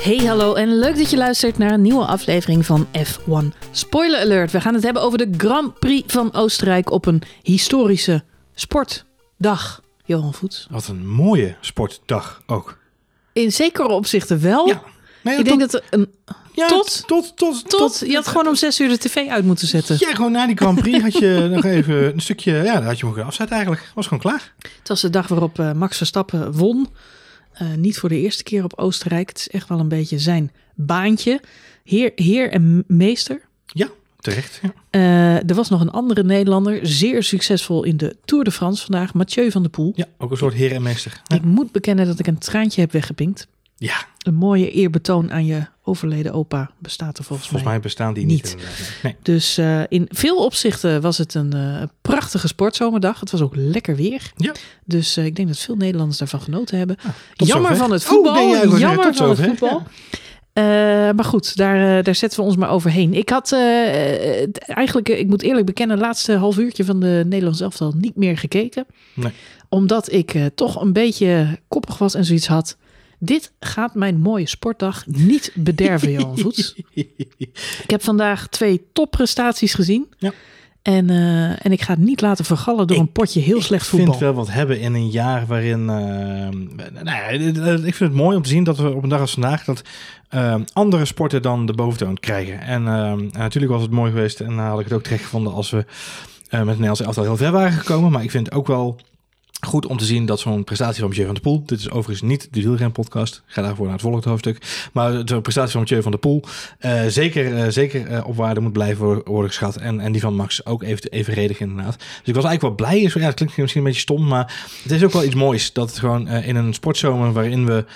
Hey, hallo en leuk dat je luistert naar een nieuwe aflevering van F1 Spoiler Alert. We gaan het hebben over de Grand Prix van Oostenrijk op een historische sportdag. Johan Voets. Wat een mooie sportdag ook. In zekere opzichten wel. Ja. Nee, ik denk dat een... Ja, tot. Je had gewoon om 6 uur de tv uit moeten zetten. Ja, gewoon na die Grand Prix had je nog even een stukje... Ja, daar had je moeten afzetten eigenlijk. Was gewoon klaar. Het was de dag waarop Max Verstappen won. Niet voor de eerste keer op Oostenrijk. Het is echt wel een beetje zijn baantje. Heer en meester. Ja, terecht. Ja. Er was nog een andere Nederlander. Zeer succesvol in de Tour de France vandaag. Mathieu van der Poel. Ja, ook een soort heer en meester. Ja. Ik moet bekennen dat ik een traantje heb weggepinkt. Ja. Een mooie eerbetoon aan je overleden opa bestaat er volgens mij bestaan die niet. Nee. Dus in veel opzichten was het een prachtige sportzomerdag. Het was ook lekker weer. Ja. Dus ik denk dat veel Nederlanders daarvan genoten hebben. Jammer zover. Van het voetbal. Jammer van het voetbal. Ja. Maar goed, daar zetten we ons maar overheen. Ik had eigenlijk, ik moet eerlijk bekennen, het laatste half uurtje van de Nederlands elftal niet meer gekeken. Nee. Omdat ik toch een beetje koppig was en zoiets had. Dit gaat mijn mooie sportdag niet bederven, Johan Voets. Ik heb vandaag 2 topprestaties gezien. Ja. En ik ga het niet laten vergallen door een potje heel slecht voetbal. Ik vind wel wat hebben in een jaar waarin... ik vind het mooi om te zien dat we op een dag als vandaag... dat andere sporten dan de boventoon krijgen. En natuurlijk was het mooi geweest... en had ik het ook terecht gevonden als we met het Nederlands elftal heel ver waren gekomen. Maar ik vind het ook wel... goed om te zien dat zo'n prestatie van Mathieu van der Poel... dit is overigens niet de wielrenpodcast. Ga daarvoor naar het volgende hoofdstuk. Maar zo'n prestatie van Mathieu van der Poel... zeker op waarde moet blijven worden geschat. En die van Max ook evenredig inderdaad. Dus ik was eigenlijk wel blij. Ja, het klinkt misschien een beetje stom... maar het is ook wel iets moois... dat het gewoon in een sportzomer... waarin we...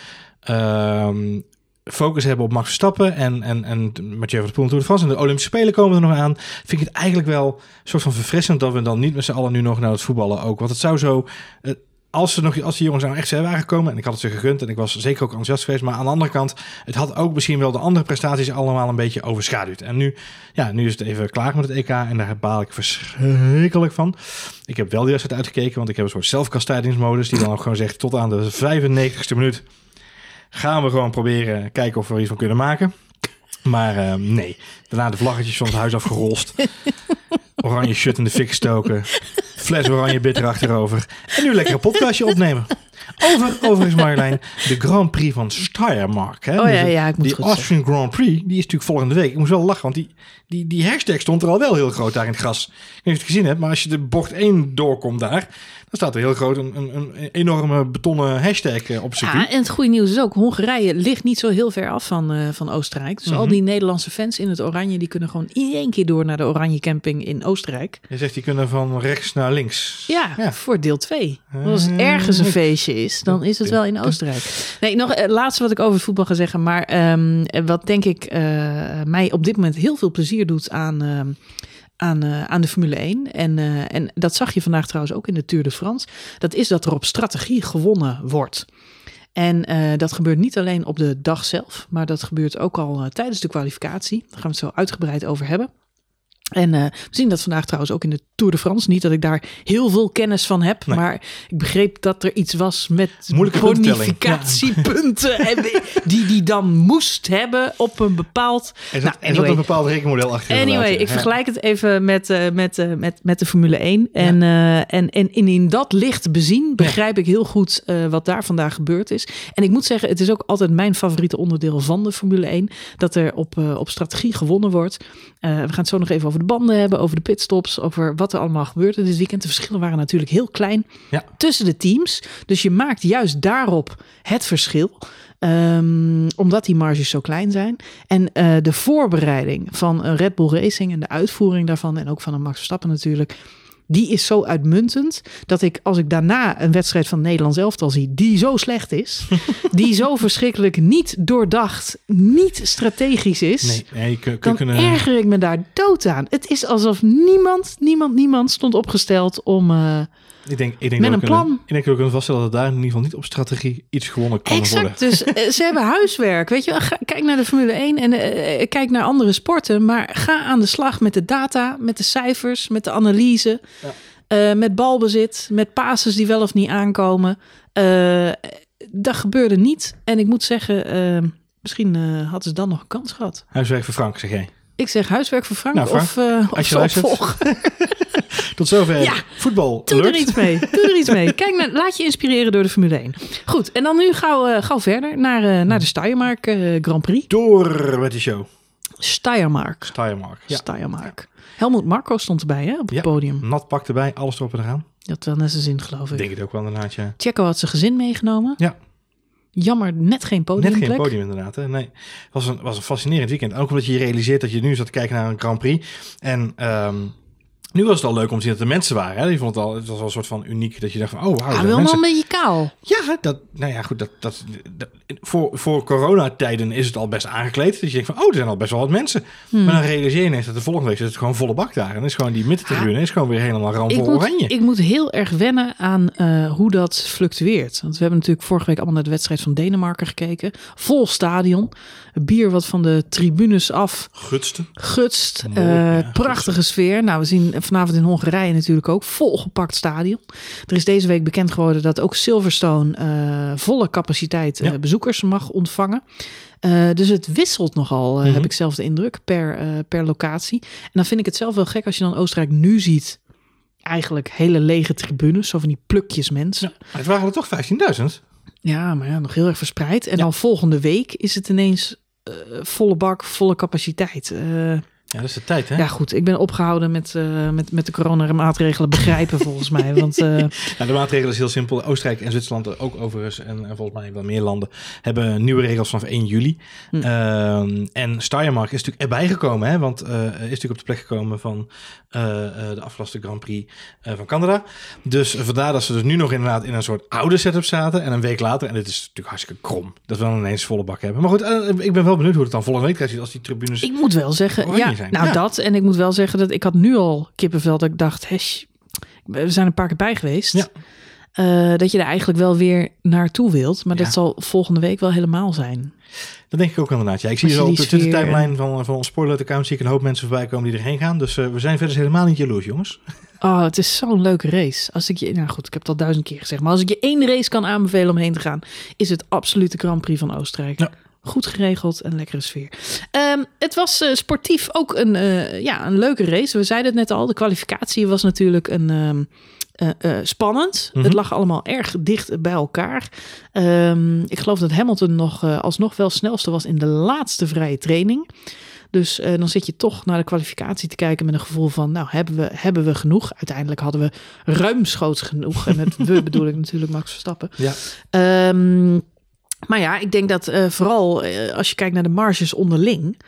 focus hebben op Max Verstappen en Mathieu van der Poel en Tour de France. En de Olympische Spelen komen er nog aan. Vind ik het eigenlijk wel een soort van verfrissend... dat we dan niet met z'n allen nu nog naar het voetballen ook. Want het zou zo... Als die jongens nou echt ver waren gekomen... en ik had het ze gegund en ik was zeker ook enthousiast geweest... maar aan de andere kant... het had ook misschien wel de andere prestaties... allemaal een beetje overschaduwd. En nu is het even klaar met het EK... en daar baal ik verschrikkelijk van. Ik heb wel de wedstrijd uitgekeken... want ik heb een soort zelfkastijdingsmodus... die dan ook gewoon zegt... tot aan de 95ste minuut... gaan we gewoon proberen kijken of we er iets van kunnen maken. Maar nee. Daarna de vlaggetjes van het huis afgerost. Oranje shirt in de fik gestoken. Fles oranje bitter achterover. En nu lekker een podcastje opnemen. Overigens Marjolein, de Grand Prix van Steiermark. Hè? Ik moet die Austrian Grand Prix, die is natuurlijk volgende week. Ik moest wel lachen, want die hashtag stond er al wel heel groot daar in het gras. Ik weet niet of je het gezien hebt, maar als je de bocht 1 doorkomt daar... dan staat er heel groot een enorme betonnen hashtag op circuit. Ja, en het goede nieuws is ook... Hongarije ligt niet zo heel ver af van Oostenrijk. Dus al die Nederlandse fans in het oranje... die kunnen gewoon in 1 keer door naar de oranje camping in Oostenrijk. Je zegt die kunnen van rechts naar links. Ja. Voor deel 2. Als het ergens een feestje is... dan is het wel in Oostenrijk. Nee, nog het laatste wat ik over het voetbal ga zeggen... maar wat denk ik mij op dit moment heel veel plezier doet... aan de Formule 1. En dat zag je vandaag trouwens ook in de Tour de France. Dat is dat er op strategie gewonnen wordt. En dat gebeurt niet alleen op de dag zelf... maar dat gebeurt ook al tijdens de kwalificatie. Daar gaan we het zo uitgebreid over hebben. En we zien dat vandaag trouwens ook in de Tour de France. Niet dat ik daar heel veel kennis van heb. Nee. Maar ik begreep dat er iets was met bonificatiepunten. Ja. Die dan moest hebben op een bepaald... Er zat een bepaald rekenmodel achter. Anyway, ik vergelijk het even met de Formule 1. En in dat licht bezien begrijp ik heel goed wat daar vandaag gebeurd is. En ik moet zeggen, het is ook altijd mijn favoriete onderdeel van de Formule 1. Dat er op strategie gewonnen wordt. We gaan het zo nog even over de banden hebben, over de pitstops, over wat er allemaal gebeurde dit weekend. De verschillen waren natuurlijk heel klein tussen de teams. Dus je maakt juist daarop het verschil. Omdat die marges zo klein zijn. En de voorbereiding van een Red Bull Racing en de uitvoering daarvan en ook van een Max Verstappen natuurlijk... die is zo uitmuntend dat als ik daarna een wedstrijd van Nederlands elftal zie... die zo slecht is, die zo verschrikkelijk niet doordacht, niet strategisch is... dan erger ik me daar dood aan. Het is alsof niemand stond opgesteld om... Ik denk met een plan. Ik denk dat we kunnen vaststellen dat daar in ieder geval niet op strategie iets gewonnen kan worden. Dus ze hebben huiswerk. Weet je, kijk naar de Formule 1 en kijk naar andere sporten. Maar ga aan de slag met de data, met de cijfers, met de analyse. Ja. Met balbezit, met passes die wel of niet aankomen. Dat gebeurde niet. En ik moet zeggen, Misschien hadden ze dan nog een kans gehad. Huiswerk voor Frank, zeg jij. Ik zeg huiswerk voor Frank, Nou, Frank, of ze opvolgen. Tot zover voetbal. Doe er iets mee. Kijk, laat je inspireren door de Formule 1. Goed, en dan nu gauw verder naar de Steiermark Grand Prix. Door met die show. Steiermark. Ja. Steiermark. Helmut Marko stond erbij hè, op het podium. Nat pak erbij, alles erop en eraan. Dat wel net zijn zin, geloof ik. Denk het ook wel inderdaad, ja. Checo had zijn gezin meegenomen. Ja. Jammer, net geen podiumplek. Net geen podium inderdaad. Hè? Nee, was een fascinerend weekend. Ook omdat je realiseert dat je nu zat te kijken naar een Grand Prix. En nu was het al leuk om te zien dat er mensen waren. Hè? Je vond het was al een soort van uniek dat je dacht van, oh wauw. Hij wil nog een beetje kaal. Ja, voor coronatijden is het al best aangekleed. Dus je denkt van, er zijn al best wel wat mensen. Maar dan realiseer je ineens dat de volgende week is het gewoon volle bak daar. En is gewoon die middentribune is gewoon weer helemaal ramvol oranje. Ik moet heel erg wennen aan hoe dat fluctueert. Want we hebben natuurlijk vorige week allemaal naar de wedstrijd van Denemarken gekeken. Vol stadion. Bier wat van de tribunes af gutst. Prachtige sfeer. Nou, we zien vanavond in Hongarije natuurlijk ook volgepakt stadion. Er is deze week bekend geworden dat ook Silverstone volle capaciteit bezoekers mag ontvangen. Dus het wisselt nogal, heb ik zelf de indruk, per locatie. En dan vind ik het zelf wel gek als je dan Oostenrijk nu ziet. Eigenlijk hele lege tribunes, zo van die plukjes mensen. Ja, het waren er toch 15.000? Ja, maar ja, nog heel erg verspreid. En dan volgende week is het ineens volle bak, volle capaciteit. Ja, dat is de tijd, hè? Ja, goed. Ik ben opgehouden met de coronamaatregelen begrijpen, volgens mij. Want, de maatregelen is heel simpel. Oostenrijk en Zwitserland ook overigens, en volgens mij wel meer landen, hebben nieuwe regels vanaf 1 juli. En Steiermark is natuurlijk erbij gekomen, hè? Want is natuurlijk op de plek gekomen van de afgelaste Grand Prix van Canada. Dus vandaar dat ze dus nu nog inderdaad in een soort oude setup zaten. En een week later, en dit is natuurlijk hartstikke krom, dat we dan ineens volle bak hebben. Maar goed, ik ben wel benieuwd hoe het dan volgende week eruit ziet als die tribunes... Ik moet wel zeggen, dat. En ik moet wel zeggen dat ik had nu al kippenvel dat ik dacht, we zijn een paar keer bij geweest. Ja. Dat je er eigenlijk wel weer naartoe wilt. Maar dat zal volgende week wel helemaal zijn. Dat denk ik ook inderdaad. Ja, ik zie er op de Twitter-timeline van ons Spoiler-account zie ik een hoop mensen voorbij komen die erheen gaan. Dus we zijn verder helemaal niet jaloers, jongens. Oh, het is zo'n leuke race. Als ik je, nou goed, ik heb het al 1000 keer gezegd. Maar als ik je 1 race kan aanbevelen om heen te gaan, is het absoluut de Grand Prix van Oostenrijk. Ja. Goed geregeld en lekkere sfeer. Het was sportief ook een leuke race. We zeiden het net al. De kwalificatie was natuurlijk spannend. Het lag allemaal erg dicht bij elkaar. Ik geloof dat Hamilton alsnog wel snelste was in de laatste vrije training. Dus dan zit je toch naar de kwalificatie te kijken met een gevoel van, nou, hebben we genoeg? Uiteindelijk hadden we ruimschoots genoeg. En met we bedoel ik natuurlijk Max Verstappen. Ja. Maar ja, ik denk dat vooral als je kijkt naar de marges onderling,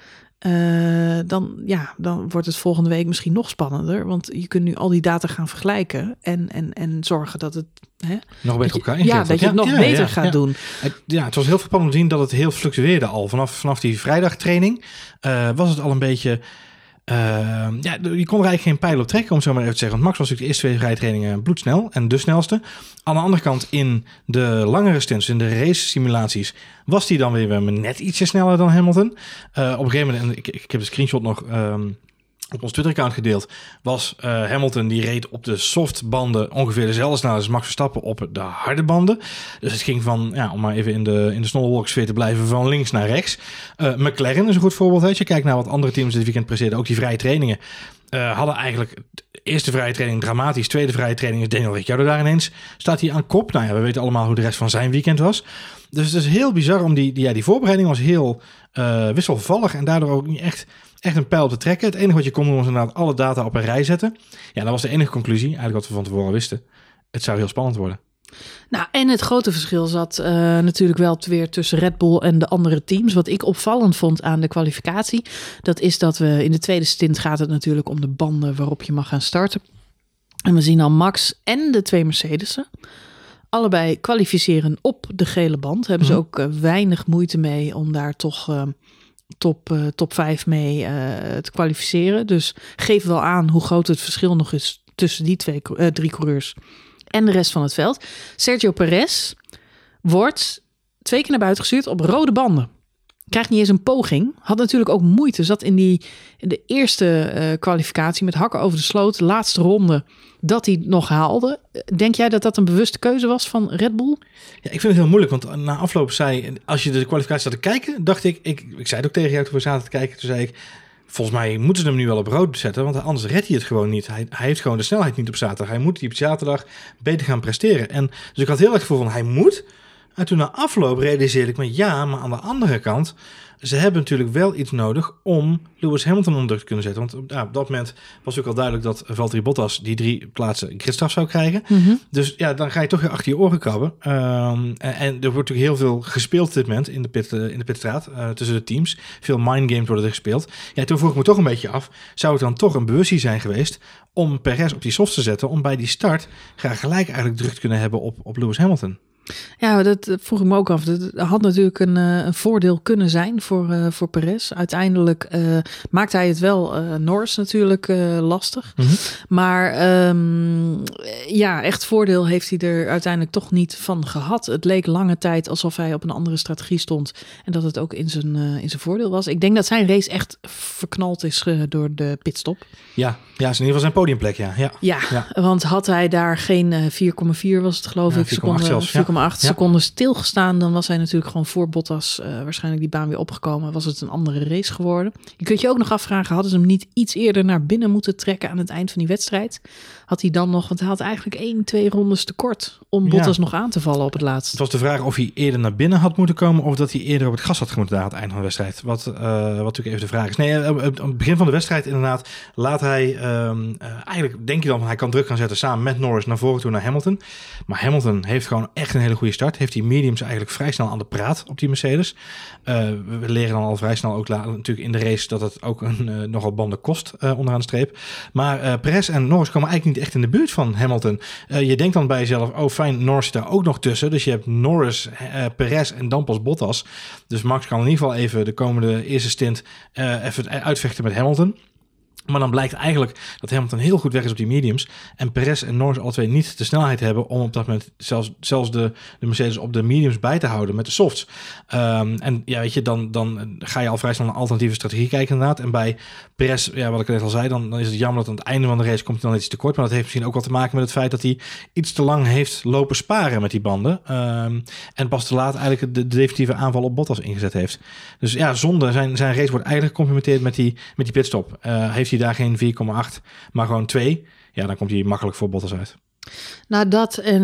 dan wordt het volgende week misschien nog spannender. Want je kunt nu al die data gaan vergelijken en zorgen dat het nog beter op elkaar ingeeft. Ja, dat je het nog beter gaat doen. Het was heel spannend om te zien dat het heel fluctueerde al. Vanaf die vrijdagtraining was het al een beetje... je kon er eigenlijk geen pijl op trekken, om het zo maar even te zeggen. Want Max was natuurlijk de eerste 2 vrijtrainingen bloedsnel en de snelste. Aan de andere kant, in de langere stints, in de race simulaties, was hij dan weer net ietsje sneller dan Hamilton. Op een gegeven moment, en ik heb de screenshot nog op ons Twitter-account gedeeld, was Hamilton die reed op de softbanden ongeveer dezelfde snelheid als Max Verstappen op de harde banden. Dus het ging van, om maar even in de snowwalk-sfeer te blijven, van links naar rechts. McLaren is een goed voorbeeld. Als je kijkt naar wat andere teams dit weekend presteerden, ook die vrije trainingen, hadden eigenlijk de eerste vrije training dramatisch. Tweede vrije training is Daniel Ricciardo daar ineens. Staat hij aan kop? Nou ja, we weten allemaal hoe de rest van zijn weekend was. Dus het is heel bizar om die voorbereiding was heel wisselvallig en daardoor ook niet echt een pijl te trekken. Het enige wat je kon doen was inderdaad alle data op een rij zetten. Ja, dat was de enige conclusie, eigenlijk wat we van tevoren wisten. Het zou heel spannend worden. Nou, en het grote verschil zat natuurlijk wel weer tussen Red Bull en de andere teams. Wat ik opvallend vond aan de kwalificatie, dat is dat we in de tweede stint gaat het natuurlijk om de banden waarop je mag gaan starten. En we zien al Max en de 2 Mercedes'en allebei kwalificeren op de gele band. Hebben ze ook weinig moeite mee om daar toch top 5 mee te kwalificeren. Dus geef wel aan hoe groot het verschil nog is tussen die 3 coureurs en de rest van het veld. Sergio Perez wordt 2 keer naar buiten gestuurd op rode banden. Krijgt niet eens een poging. Had natuurlijk ook moeite. Zat in de eerste kwalificatie met hakken over de sloot. De laatste ronde dat hij het nog haalde. Denk jij dat dat een bewuste keuze was van Red Bull? Ja, ik vind het heel moeilijk. Want na afloop zei... Als je de kwalificatie zat te kijken, dacht ik... Ik zei het ook tegen jou toen we zaten te kijken. Toen zei ik... Volgens mij moeten ze hem nu wel op rood zetten. Want anders redt hij het gewoon niet. Hij heeft gewoon de snelheid niet op zaterdag. Hij moet die op zaterdag beter gaan presteren. En dus ik had heel erg het gevoel van hij moet... En toen na afloop realiseerde ik me, ja, maar aan de andere kant, ze hebben natuurlijk wel iets nodig om Lewis Hamilton onder druk te kunnen zetten. Want op dat moment was ook al duidelijk dat Valtteri Bottas die 3 plaatsen gridstraf zou krijgen. Mm-hmm. Dus ja, dan ga je toch weer achter je oren krabben. En er wordt natuurlijk heel veel gespeeld op dit moment in de pitstraat tussen de teams. Veel mindgames worden er gespeeld. Ja, toen vroeg ik me toch een beetje af, zou het dan toch een bewustzijn zijn geweest om Perez op die softs te zetten, om bij die start graag gelijk eigenlijk druk te kunnen hebben op Lewis Hamilton? Ja, dat vroeg ik me ook af. Dat had natuurlijk een voordeel kunnen zijn voor Perez. Uiteindelijk maakt hij het wel Norris natuurlijk lastig. Mm-hmm. Maar echt voordeel heeft hij er uiteindelijk toch niet van gehad. Het leek lange tijd alsof hij op een andere strategie stond. En dat het ook in zijn voordeel was. Ik denk dat zijn race echt verknald is door de pitstop. Ja, is in ieder geval zijn podiumplek, ja. Want had hij daar geen 4,4 was het geloof ik. 4,8 seconden stilgestaan, dan was hij natuurlijk gewoon voor Bottas waarschijnlijk die baan weer opgekomen. Was het een andere race geworden. Je kunt je ook nog afvragen, hadden ze hem niet iets eerder naar binnen moeten trekken aan het eind van die wedstrijd? Had hij dan nog, want hij had eigenlijk 1-2 rondes tekort om Bottas nog aan te vallen op het laatst. Het was de vraag of hij eerder naar binnen had moeten komen of dat hij eerder op het gas had moeten aan het einde van de wedstrijd. Wat natuurlijk even de vraag is. Nee, op het begin van de wedstrijd inderdaad laat hij, eigenlijk denk je dan, hij kan druk gaan zetten samen met Norris naar voren toe naar Hamilton. Maar Hamilton heeft gewoon echt een hele goede start. Heeft die mediums eigenlijk vrij snel aan de praat op die Mercedes. We leren dan al vrij snel ook natuurlijk in de race dat het ook nogal banden kost onderaan de streep. Maar Perez en Norris komen eigenlijk niet echt in de buurt van Hamilton. Je denkt dan bij jezelf, oh fijn, Norris zit daar ook nog tussen. Dus je hebt Norris, Perez en dan pas Bottas. Dus Max kan in ieder geval even de komende eerste stint even uitvechten met Hamilton. Maar dan blijkt eigenlijk dat Hamilton heel goed weg is op die mediums. En Perez en Norris alle twee niet de snelheid hebben om op dat moment zelfs de Mercedes op de mediums bij te houden met de softs. En ja, weet je, dan ga je al vrij snel naar een alternatieve strategie kijken inderdaad. En bij Perez, ja, wat ik net al zei, dan is het jammer dat aan het einde van de race komt hij dan iets te kort. Maar dat heeft misschien ook wel te maken met het feit dat hij iets te lang heeft lopen sparen met die banden. En pas te laat eigenlijk de definitieve aanval op Bottas ingezet heeft. Dus ja, zonde. Zijn race wordt eigenlijk gecomplimenteerd met die pitstop. Heeft hij daar geen 4,8, maar gewoon 2. Ja, dan komt hij makkelijk voor Bottas uit. Nou, dat en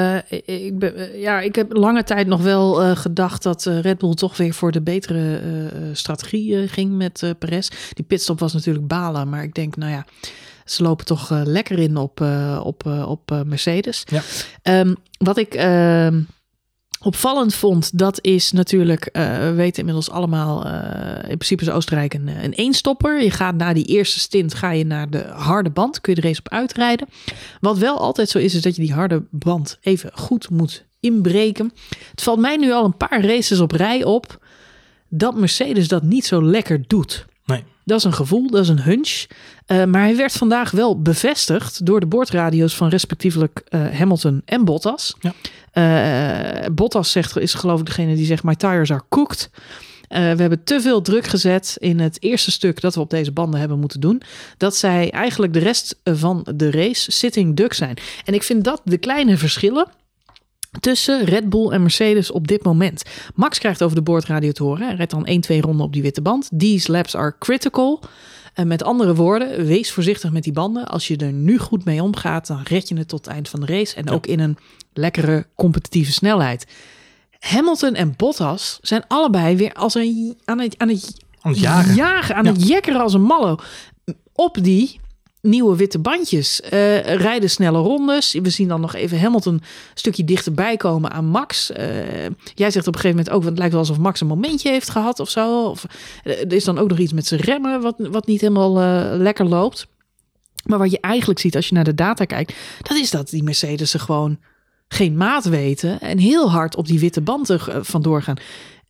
ik heb lange tijd nog wel gedacht dat Red Bull toch weer voor de betere strategie ging met Perez. Die pitstop was natuurlijk balen, maar ik denk, nou ja, ze lopen toch lekker in op Mercedes. Ja. Wat ik opvallend vond, dat is natuurlijk, we weten inmiddels allemaal, in principe is Oostenrijk een eenstopper. Je gaat na die eerste stint, ga je naar de harde band, kun je de race op uitrijden. Wat wel altijd zo is dat je die harde band even goed moet inbreken. Het valt mij nu al een paar races op rij op dat Mercedes dat niet zo lekker doet. Nee. Dat is een gevoel, dat is een hunch. Maar hij werd vandaag wel bevestigd door de boordradio's van respectievelijk Hamilton en Bottas. Ja. Bottas is geloof ik degene die zegt, my tires are cooked. We hebben te veel druk gezet in het eerste stuk dat we op deze banden hebben moeten doen. Dat zij eigenlijk de rest van de race sitting duck zijn. En ik vind dat de kleine verschillen tussen Red Bull en Mercedes op dit moment. Max krijgt over de boordradio te horen. Hij rijdt dan 1-2 ronden op die witte band. These laps are critical. En met andere woorden, wees voorzichtig met die banden. Als je er nu goed mee omgaat, dan red je het tot het eind van de race. En ook in een lekkere competitieve snelheid. Hamilton en Bottas zijn allebei weer als aan het jagen, aan het jekkeren als een mallo. Op die nieuwe witte bandjes. Rijden snelle rondes. We zien dan nog even Hamilton een stukje dichterbij komen aan Max. Jij zegt op een gegeven moment ook, want het lijkt wel alsof Max een momentje heeft gehad of zo. Of er is dan ook nog iets met zijn remmen wat niet helemaal lekker loopt. Maar wat je eigenlijk ziet als je naar de data kijkt, dat is dat die Mercedes gewoon geen maat weten en heel hard op die witte band vandoor gaan.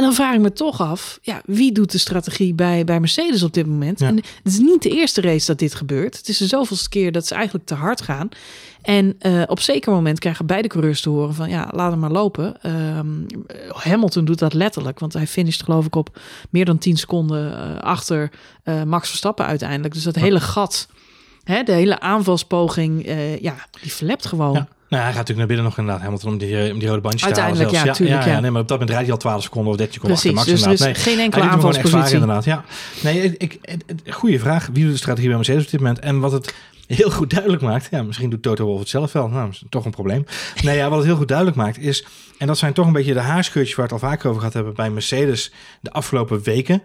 En dan vraag ik me toch af, wie doet de strategie bij Mercedes op dit moment? Ja. En het is niet de eerste race dat dit gebeurt. Het is de zoveelste keer dat ze eigenlijk te hard gaan. En op zeker moment krijgen beide coureurs te horen van laat hem maar lopen. Hamilton doet dat letterlijk, want hij finisht geloof ik op meer dan 10 seconden achter Max Verstappen uiteindelijk. Dus dat hele gat, de hele aanvalspoging, die verlept gewoon. Ja. Nou, hij gaat natuurlijk naar binnen nog inderdaad Hamilton om die rode bandjes te halen. Uiteindelijk, tuurlijk. Ja, nee, maar op dat moment rijdt hij al 12 seconden of 13 seconden Precies, achter Max. dus er is geen enkele aanvalspositie. Inderdaad, ja. Nee, goede vraag. Wie doet de strategie bij Mercedes op dit moment? En wat het heel goed duidelijk maakt, misschien doet Toto Wolff het zelf wel. Nou, dat is toch een probleem. Wat het heel goed duidelijk maakt is, en dat zijn toch een beetje de haarscheurtjes waar we het al vaker over gehad hebben bij Mercedes de afgelopen weken.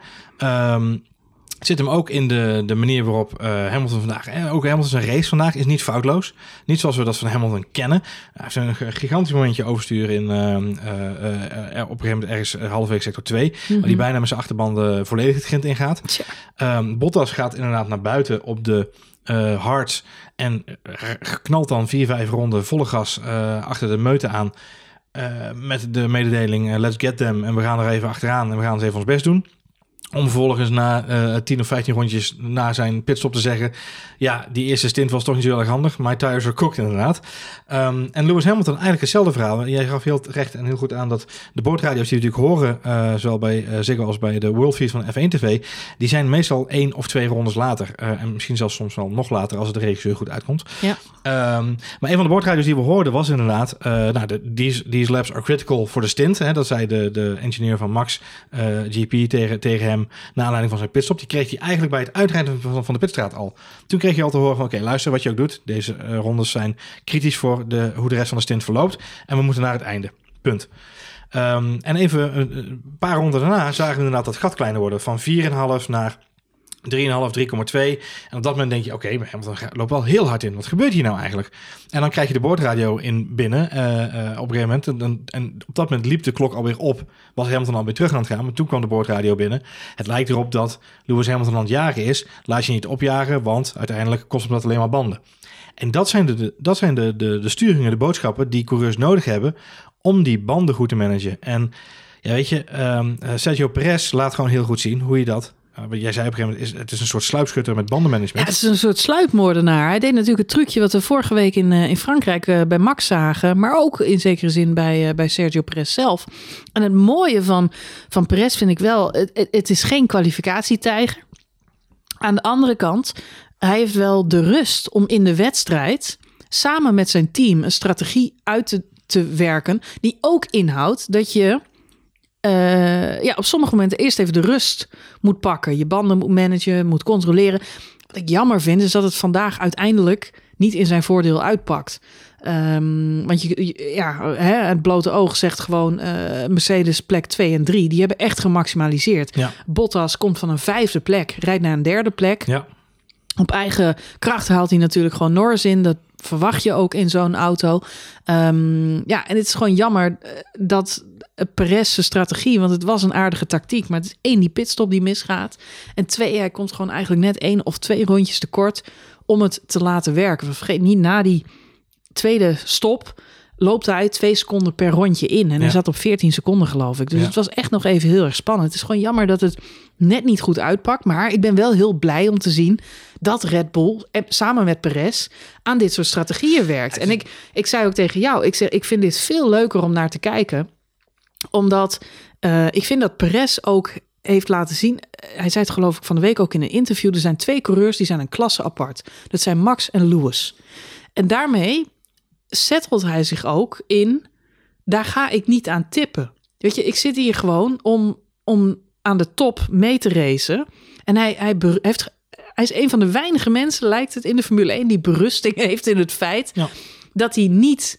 Zit hem ook in de manier waarop Hamilton vandaag... ook Hamilton zijn race vandaag is niet foutloos. Niet zoals we dat van Hamilton kennen. Hij heeft een gigantisch momentje oversturen in... op een gegeven moment ergens halverwege sector 2... waar hij bijna met zijn achterbanden volledig het grind ingaat. Bottas gaat inderdaad naar buiten op de hards... en knalt dan 4-5 ronden volle gas achter de meute aan... met de mededeling let's get them... en we gaan er even achteraan en we gaan eens even ons best doen... Om vervolgens na 10 of 15 rondjes na zijn pitstop te zeggen... die eerste stint was toch niet zo heel erg handig. My tires are cooked inderdaad. En Lewis Hamilton eigenlijk hetzelfde verhaal. Jij gaf heel recht en heel goed aan dat de boordradio's die we natuurlijk horen... zowel bij Ziggo als bij de World Feed van F1 TV... die zijn meestal 1 of 2 rondes later. En misschien zelfs soms wel nog later als het de regisseur goed uitkomt. Ja. Maar een van de boordradio's die we hoorden was inderdaad... these laps are critical for the stint. Hè, dat zei de engineer van Max GP tegen hem... naar aanleiding van zijn pitstop. Die kreeg hij eigenlijk bij het uitrijden van de pitstraat al. Toen kreeg je al te horen van oké, luister wat je ook doet. Deze rondes zijn kritisch voor hoe de rest van de stint verloopt. En we moeten naar het einde. Punt. En even een paar ronden daarna zagen we inderdaad dat gat kleiner worden. Van 4,5 naar 3,5, 3,2. En op dat moment denk je, oké, Hamilton loopt wel heel hard in. Wat gebeurt hier nou eigenlijk? En dan krijg je de boordradio in binnen op een gegeven moment. En op dat moment liep de klok alweer op. Was Hamilton alweer terug aan het gaan. Maar toen kwam de boordradio binnen. Het lijkt erop dat Lewis Hamilton aan het jagen is. Laat je niet opjagen, want uiteindelijk kost hem dat alleen maar banden. En dat zijn de sturingen, de boodschappen die coureurs nodig hebben om die banden goed te managen. En weet je, Sergio Perez laat gewoon heel goed zien hoe je dat... Jij zei op een gegeven moment, het is een soort sluipschutter met bandenmanagement. Ja, het is een soort sluipmoordenaar. Hij deed natuurlijk het trucje wat we vorige week in Frankrijk bij Max zagen. Maar ook in zekere zin bij Sergio Perez zelf. En het mooie van Perez vind ik wel, het is geen kwalificatietijger. Aan de andere kant, hij heeft wel de rust om in de wedstrijd samen met zijn team een strategie uit te werken. Die ook inhoudt dat je... op sommige momenten eerst even de rust moet pakken. Je banden moet managen, moet controleren. Wat ik jammer vind, is dat het vandaag uiteindelijk niet in zijn voordeel uitpakt. Want het blote oog zegt gewoon Mercedes plek 2 en 3. Die hebben echt gemaximaliseerd. Ja. Bottas komt van een 5e plek, rijdt naar een 3e plek. Ja. Op eigen kracht haalt hij natuurlijk gewoon Norris in. Dat verwacht je ook in zo'n auto. En het is gewoon jammer dat Perez' strategie, want het was een aardige tactiek, maar het is 1, die pitstop die misgaat. En 2, hij komt gewoon eigenlijk net 1 of 2 rondjes tekort om het te laten werken. Vergeet niet, na die tweede stop loopt hij 2 seconden per rondje in. En hij zat op 14 seconden, geloof ik. Dus het was echt nog even heel erg spannend. Het is gewoon jammer dat het net niet goed uitpakt. Maar ik ben wel heel blij om te zien dat Red Bull samen met Perez aan dit soort strategieën werkt. En ik zei ook tegen jou, ik vind dit veel leuker om naar te kijken. Omdat ik vind dat Perez ook heeft laten zien. Hij zei het geloof ik van de week ook in een interview. Er zijn 2 coureurs die zijn een klasse apart. Dat zijn Max en Lewis. En daarmee settelt hij zich ook in, daar ga ik niet aan tippen. Weet je, ik zit hier gewoon om aan de top mee te racen. En hij is een van de weinige mensen, lijkt het, in de Formule 1... die berusting heeft in het feit dat hij niet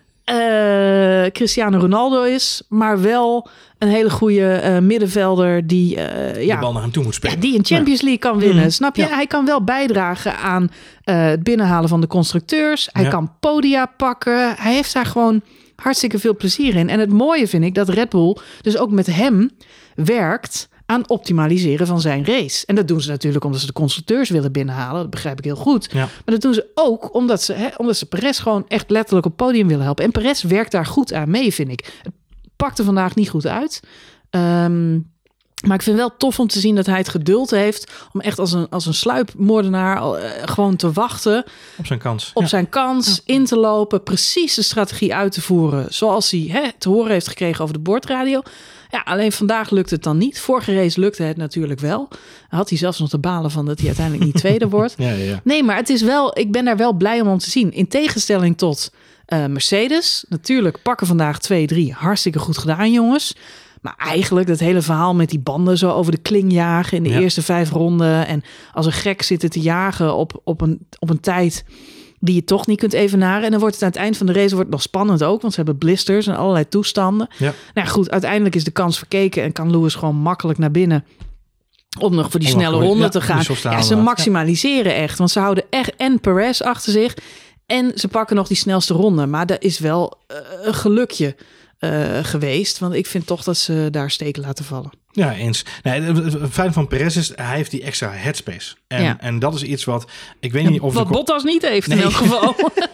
Cristiano Ronaldo is, maar wel een hele goede middenvelder die de bal naar hem toe moet spelen. Die een Champions League kan winnen. Snap je? Ja. Hij kan wel bijdragen aan het binnenhalen van de constructeurs. Hij kan podia pakken. Hij heeft daar gewoon hartstikke veel plezier in. En het mooie vind ik dat Red Bull dus ook met hem werkt aan optimaliseren van zijn race. En dat doen ze natuurlijk omdat ze de constructeurs willen binnenhalen. Dat begrijp ik heel goed. Ja. Maar dat doen ze ook omdat ze Perez gewoon echt letterlijk op het podium willen helpen. En Perez werkt daar goed aan mee, vind ik. Het pakte vandaag niet goed uit. Maar ik vind wel tof om te zien dat hij het geduld heeft om echt als een sluipmoordenaar gewoon te wachten. Op zijn kans. In te lopen, precies de strategie uit te voeren. Zoals hij te horen heeft gekregen over de boordradio. Ja, alleen vandaag lukt het dan niet. Vorige race lukte het natuurlijk wel. Had hij zelfs nog te balen van dat hij uiteindelijk niet tweede wordt. Ja. Nee, maar het is wel, ik ben daar wel blij om te zien. In tegenstelling tot Mercedes. Natuurlijk pakken vandaag 2-3. Hartstikke goed gedaan, jongens. Maar eigenlijk dat hele verhaal met die banden zo over de kling jagen in de eerste 5 ronden. En als een gek zitten te jagen op een tijd die je toch niet kunt evenaren. En dan wordt het aan het eind van de race nog spannend ook. Want ze hebben blisters en allerlei toestanden. Ja. Nou goed, uiteindelijk is de kans verkeken. En kan Lewis gewoon makkelijk naar binnen. Om nog voor die snelle ronde te gaan. Ja, ze maximaliseren echt. Want ze houden echt en Perez achter zich. En ze pakken nog die snelste ronde. Maar dat is wel een gelukje geweest. Want ik vind toch dat ze daar steken laten vallen. Ja, eens. Nee, het fijn van Perez is, hij heeft die extra headspace. En dat is iets wat... Ik weet niet of wat Bottas niet heeft in elk geval.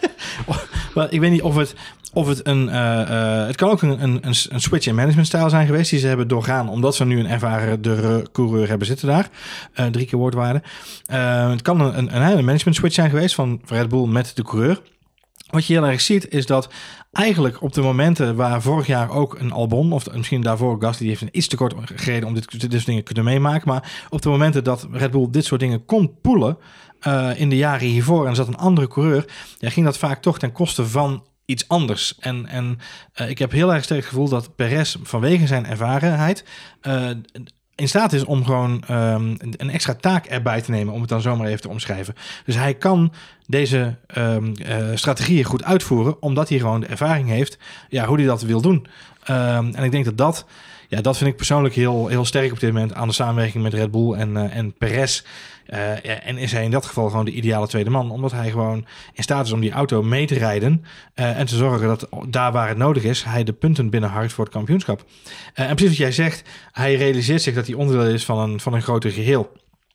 Ik weet niet of het een... het kan ook een switch in managementstijl zijn geweest die ze hebben doorgaan, omdat ze nu een ervaren coureur hebben zitten daar. 3 keer woordwaarde. Het kan een hele management switch zijn geweest van Red Bull met de coureur. Wat je heel erg ziet is dat eigenlijk op de momenten waar vorig jaar ook een Albon, of misschien daarvoor Gasly, die heeft een iets te kort gereden om dit soort dingen te kunnen meemaken. Maar op de momenten dat Red Bull dit soort dingen kon poelen in de jaren hiervoor en er zat een andere coureur, ging dat vaak toch ten koste van iets anders. En ik heb heel erg sterk het gevoel dat Perez vanwege zijn ervarenheid in staat is om gewoon een extra taak erbij te nemen, om het dan zomaar even te omschrijven. Dus hij kan deze strategieën goed uitvoeren, omdat hij gewoon de ervaring heeft hoe hij dat wil doen. En ik denk dat vind ik persoonlijk heel sterk op dit moment aan de samenwerking met Red Bull en Perez. En is hij in dat geval gewoon de ideale tweede man, omdat hij gewoon in staat is om die auto mee te rijden en te zorgen dat daar waar het nodig is, hij de punten binnenharkt voor het kampioenschap. En precies wat jij zegt, hij realiseert zich dat hij onderdeel is van een groter geheel.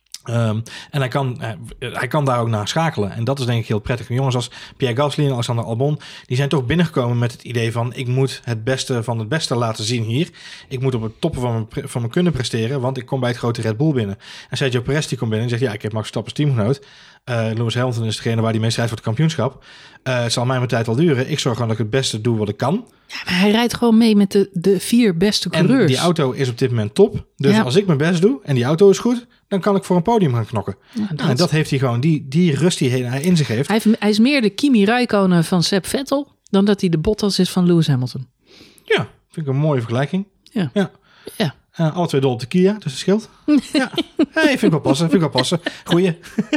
En hij kan daar ook naar schakelen. En dat is denk ik heel prettig. Jongens als Pierre Gasly en Alexander Albon, die zijn toch binnengekomen met het idee van, ik moet het beste van het beste laten zien hier. Ik moet op het toppen van mijn kunnen presteren, want ik kom bij het grote Red Bull binnen. En Sergio Perez die komt binnen en zegt, ik heb Max Verstappen als teamgenoot. Lewis Hamilton is degene waar die meest rijdt voor het kampioenschap. Het zal mij mijn tijd wel duren. Ik zorg gewoon dat ik het beste doe wat ik kan. Ja, maar hij rijdt gewoon mee met de 4 beste coureurs. En die auto is op dit moment top. Dus als ik mijn best doe en die auto is goed, dan kan ik voor een podium gaan knokken. Ja, en dat heeft hij gewoon, die rust die hij in zich heeft. Hij is meer de Kimi Räikkönen van Seb Vettel dan dat hij de Bottas is van Lewis Hamilton. Ja, vind ik een mooie vergelijking. Ja. Alle 2 dol op de Kia, dus het scheelt. Ja, vind ik wel passen. Goeie.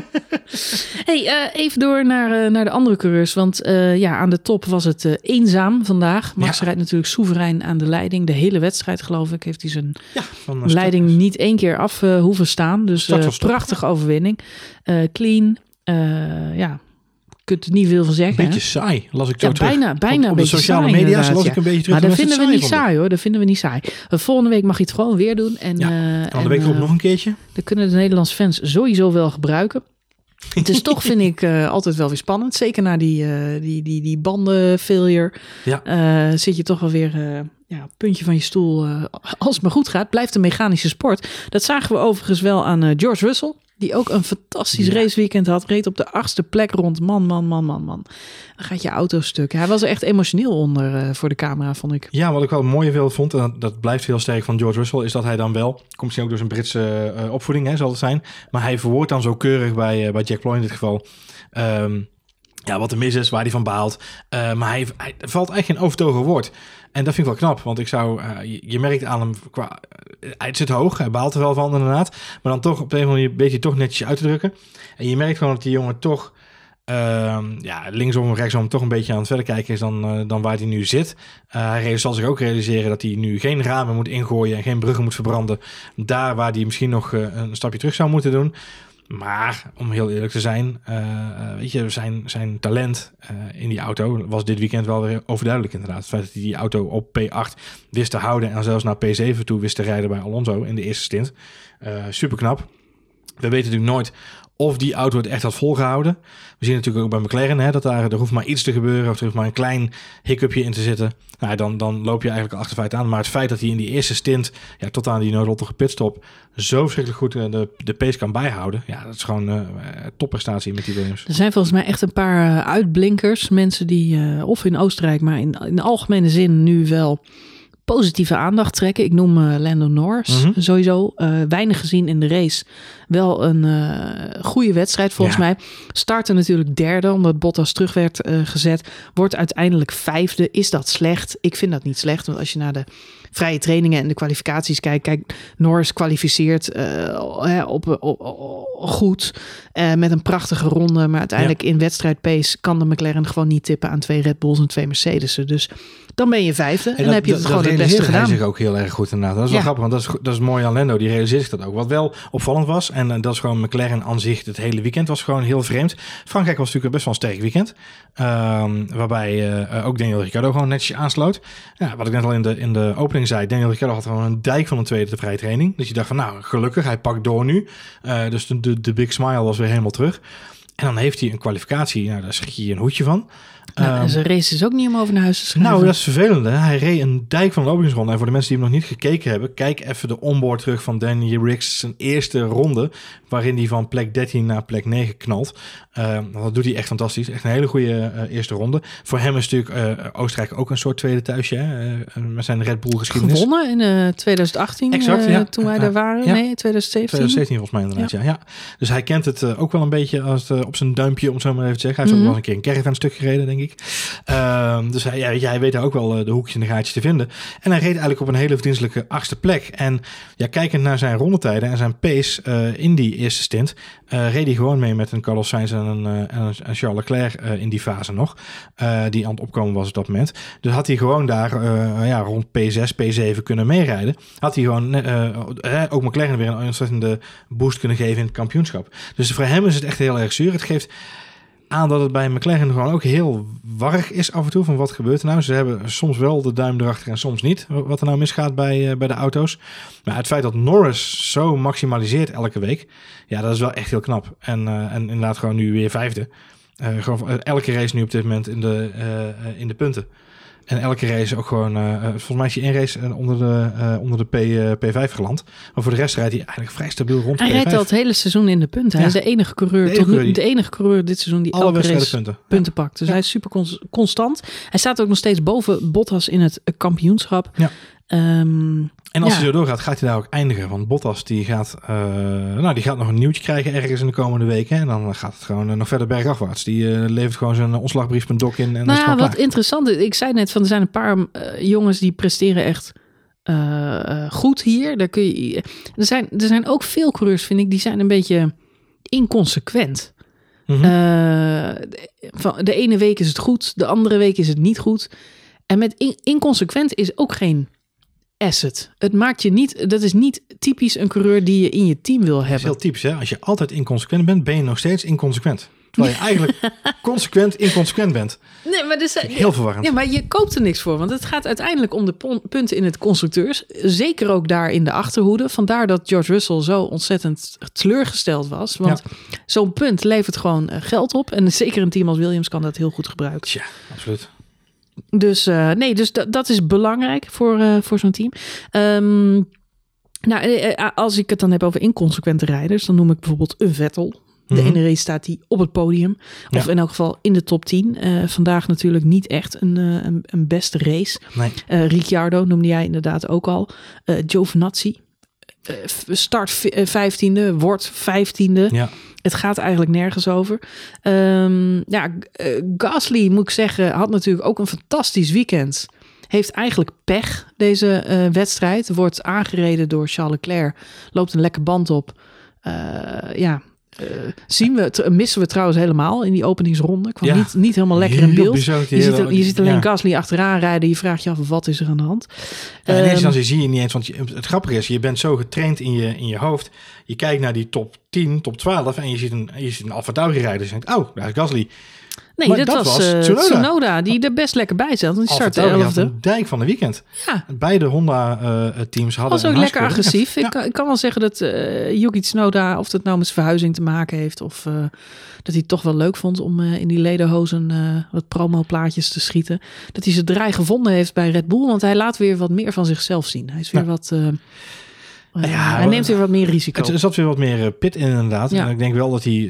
Even door naar de andere coureurs. Want aan de top was het eenzaam vandaag. Max rijdt natuurlijk soeverein aan de leiding. De hele wedstrijd, geloof ik, heeft hij zijn leiding niet 1 keer af hoeven staan. Dus prachtige overwinning. Clean, kunt er niet veel van zeggen. Beetje saai, las ik zo terug. Bijna op de sociale media las ik een beetje terug. Maar dat vinden we niet saai hoor. Dat vinden we niet saai. Volgende week mag je het gewoon weer doen. En de week erop nog een keertje. Dat kunnen de Nederlandse fans sowieso wel gebruiken. Het is toch, vind ik, altijd wel weer spannend. Zeker na die bandenfailure. Zit je toch wel weer puntje van je stoel. Als het maar goed gaat, blijft een mechanische sport. Dat zagen we overigens wel aan George Russell. Die ook een fantastisch raceweekend had. Reed op de 8e plek rond. Man. Dan gaat je auto stuk. Hij was er echt emotioneel onder voor de camera, vond ik. Ja, wat ik wel mooi vond, en dat blijft heel sterk van George Russell, is dat hij dan wel, komt misschien ook door zijn Britse opvoeding, zal het zijn, maar hij verwoordt dan zo keurig bij Jack Ploy in dit geval, wat er mis is, waar hij van baalt. Maar hij valt eigenlijk geen overtogen woord. En dat vind ik wel knap, want je merkt aan hem, hij zit hoog, hij baalt er wel van inderdaad, maar dan toch op een of andere manier een beetje toch netjes uit te drukken. En je merkt gewoon dat die jongen toch linksom en rechtsom toch een beetje aan het verder kijken is dan waar hij nu zit. Hij zal zich ook realiseren dat hij nu geen ramen moet ingooien en geen bruggen moet verbranden, daar waar hij misschien nog een stapje terug zou moeten doen. Maar om heel eerlijk te zijn, zijn talent in die auto was dit weekend wel weer overduidelijk inderdaad. Het feit dat hij die auto op P8 wist te houden en zelfs naar P7 toe wist te rijden bij Alonso in de eerste stint. Super knap. We weten natuurlijk nooit of die auto het echt had volgehouden. We zien natuurlijk ook bij McLaren dat er hoeft maar iets te gebeuren. Of er hoeft maar een klein hiccupje in te zitten. Nou, dan loop je eigenlijk achter feit aan. Maar het feit dat hij in die eerste stint, tot aan die noodlottige pitstop, zo verschrikkelijk goed de pace kan bijhouden. Ja, dat is gewoon een topprestatie met die Williams. Er zijn volgens mij echt een paar uitblinkers. Mensen die of in Oostenrijk, maar in de algemene zin nu wel positieve aandacht trekken. Ik noem Lando Norris sowieso. Weinig gezien in de race. Wel een goede wedstrijd volgens mij. Startte natuurlijk derde, omdat Bottas terug werd gezet. Wordt uiteindelijk vijfde. Is dat slecht? Ik vind dat niet slecht. Want als je naar de vrije trainingen en de kwalificaties kijkt. Kijk, Norris kwalificeert goed. Met een prachtige ronde. Maar uiteindelijk in wedstrijd pace kan de McLaren gewoon niet tippen aan 2 Red Bulls en 2 Mercedes'en. Dus dan ben je vijfde. En dan heb je het gewoon het beste gedaan. Dat zich ook heel erg goed inderdaad. Dat is wel grappig, want dat is mooi aan Lando. Die realiseert zich dat ook. Wat wel opvallend was, en dat is gewoon McLaren aan zich. Het hele weekend was gewoon heel vreemd. Frankrijk was natuurlijk best wel een sterk weekend. Waarbij ook Daniel Ricciardo gewoon netjes aansloot. Ja, wat ik net al in de opening zei. Daniel Ricciardo had gewoon een dijk van een tweede vrije training. Dus je dacht van gelukkig, hij pakt door nu. Dus de big smile was weer helemaal terug. En dan heeft hij een kwalificatie. Nou, daar schrik je een hoedje van. En zijn race is ook niet om over naar huis te schrijven. Nou, dat is vervelend. Hij reed een dijk van de openingsronde. En voor de mensen die hem nog niet gekeken hebben, kijk even de onboard terug van Danny Ricks zijn eerste ronde, waarin hij van plek 13 naar plek 9 knalt. Dat doet hij echt fantastisch. Echt een hele goede eerste ronde. Voor hem is natuurlijk Oostenrijk ook een soort tweede thuisje. Met zijn Red Bull geschiedenis. Gewonnen in 2018, exact, toen wij daar waren. Ja. Nee, 2017. 2017 volgens mij inderdaad, ja. Dus hij kent het ook wel een beetje als op zijn duimpje, om het zo maar even te zeggen. Hij heeft ook wel eens een keer een caravan stuk gereden, denk ik. Dus hij weet daar ook wel de hoekjes en de gaatjes te vinden. En hij reed eigenlijk op een hele verdienstelijke 8e plek. En kijkend naar zijn rondetijden en zijn pace in die eerste stint, reed hij gewoon mee met een Carlos Sainz en een Charles Leclerc in die fase nog. Die aan het opkomen was op dat moment. Dus had hij gewoon daar rond P6, P7 kunnen meerijden. Had hij gewoon ook McLaren weer een ontzettende boost kunnen geven in het kampioenschap. Dus voor hem is het echt heel erg zuur. Het geeft aan dat het bij McLaren gewoon ook heel warrig is af en toe van wat gebeurt er nou. Ze hebben soms wel de duim erachter en soms niet wat er nou misgaat bij de auto's. Maar het feit dat Norris zo maximaliseert elke week, dat is wel echt heel knap. En inderdaad gewoon nu weer vijfde. Gewoon elke race nu op dit moment in de punten. En elke race ook gewoon, volgens mij is hij 1 race onder de P5 geland. Maar voor de rest rijdt hij eigenlijk vrij stabiel rond Hij P5. rijdt al het hele seizoen in de punten. Hij is de enige coureur dit seizoen die elke race punten pakt. Dus hij is super constant. Hij staat ook nog steeds boven Bottas in het kampioenschap. Ja. En als hij zo doorgaat, gaat hij daar ook eindigen. Want Bottas die gaat nog een nieuwtje krijgen ergens in de komende weken. En dan gaat het gewoon nog verder bergafwaarts. Die levert gewoon zijn ontslagbrief.doc in. En is wat interessant is. Ik zei net, er zijn een paar jongens die presteren echt goed hier. Daar kun je, er zijn ook veel coureurs, vind ik, die zijn een beetje inconsequent. De ene week is het goed, de andere week is het niet goed. En met inconsequent is ook geen asset. Het maakt je niet, dat is niet typisch een coureur die je in je team wil hebben. Dat is heel typisch, hè? Als je altijd inconsequent bent, ben je nog steeds inconsequent. Terwijl je eigenlijk consequent inconsequent bent. Nee, maar dus, heel verwarrend. Ja, maar je koopt er niks voor. Want het gaat uiteindelijk om de punten in het constructeurs. Zeker ook daar in de achterhoede. Vandaar dat George Russell zo ontzettend teleurgesteld was. Want zo'n punt levert gewoon geld op. En zeker een team als Williams kan dat heel goed gebruiken. Ja, absoluut. Dus dat is belangrijk voor zo'n team. Als ik het dan heb over inconsequente rijders, dan noem ik bijvoorbeeld een Vettel. De ene race staat hij op het podium. Of in elk geval in de top 10. Vandaag natuurlijk niet echt een beste race. Nee. Ricciardo noemde jij inderdaad ook al. Giovinazzi. Start 15e, wordt 15e. Ja. Het gaat eigenlijk nergens over. Gasly, moet ik zeggen, had natuurlijk ook een fantastisch weekend. Heeft eigenlijk pech, deze wedstrijd. Wordt aangereden door Charles Leclerc. Loopt een lekker band op. Missen we trouwens helemaal in die openingsronde. Kwam niet helemaal lekker in beeld. Je ziet alleen Gasly achteraan rijden. Je vraagt je af, wat is er aan de hand? In eerste instantie zie je niet eens. Want het grappige is, je bent zo getraind in je hoofd. Je kijkt naar die top 10, top 12 en je ziet een AlphaTauri rijden. Dus je denkt, daar is Gasly. Nee, Maar dat was Tsunoda, die er best lekker bij zat. Die start de 11e. Een dijk van de weekend. Ja. Beide Honda-teams hadden was ook lekker agressief. Ja. Ik kan wel zeggen dat Yuki Tsunoda, of dat nou met zijn verhuizing te maken heeft, of dat hij het toch wel leuk vond om in die lederhozen wat promoplaatjes te schieten. Dat hij zijn draai gevonden heeft bij Red Bull, want hij laat weer wat meer van zichzelf zien. Hij is weer wat... hij neemt weer wat meer risico. Er zat weer wat meer pit in inderdaad. Ja. En ik denk wel dat hij...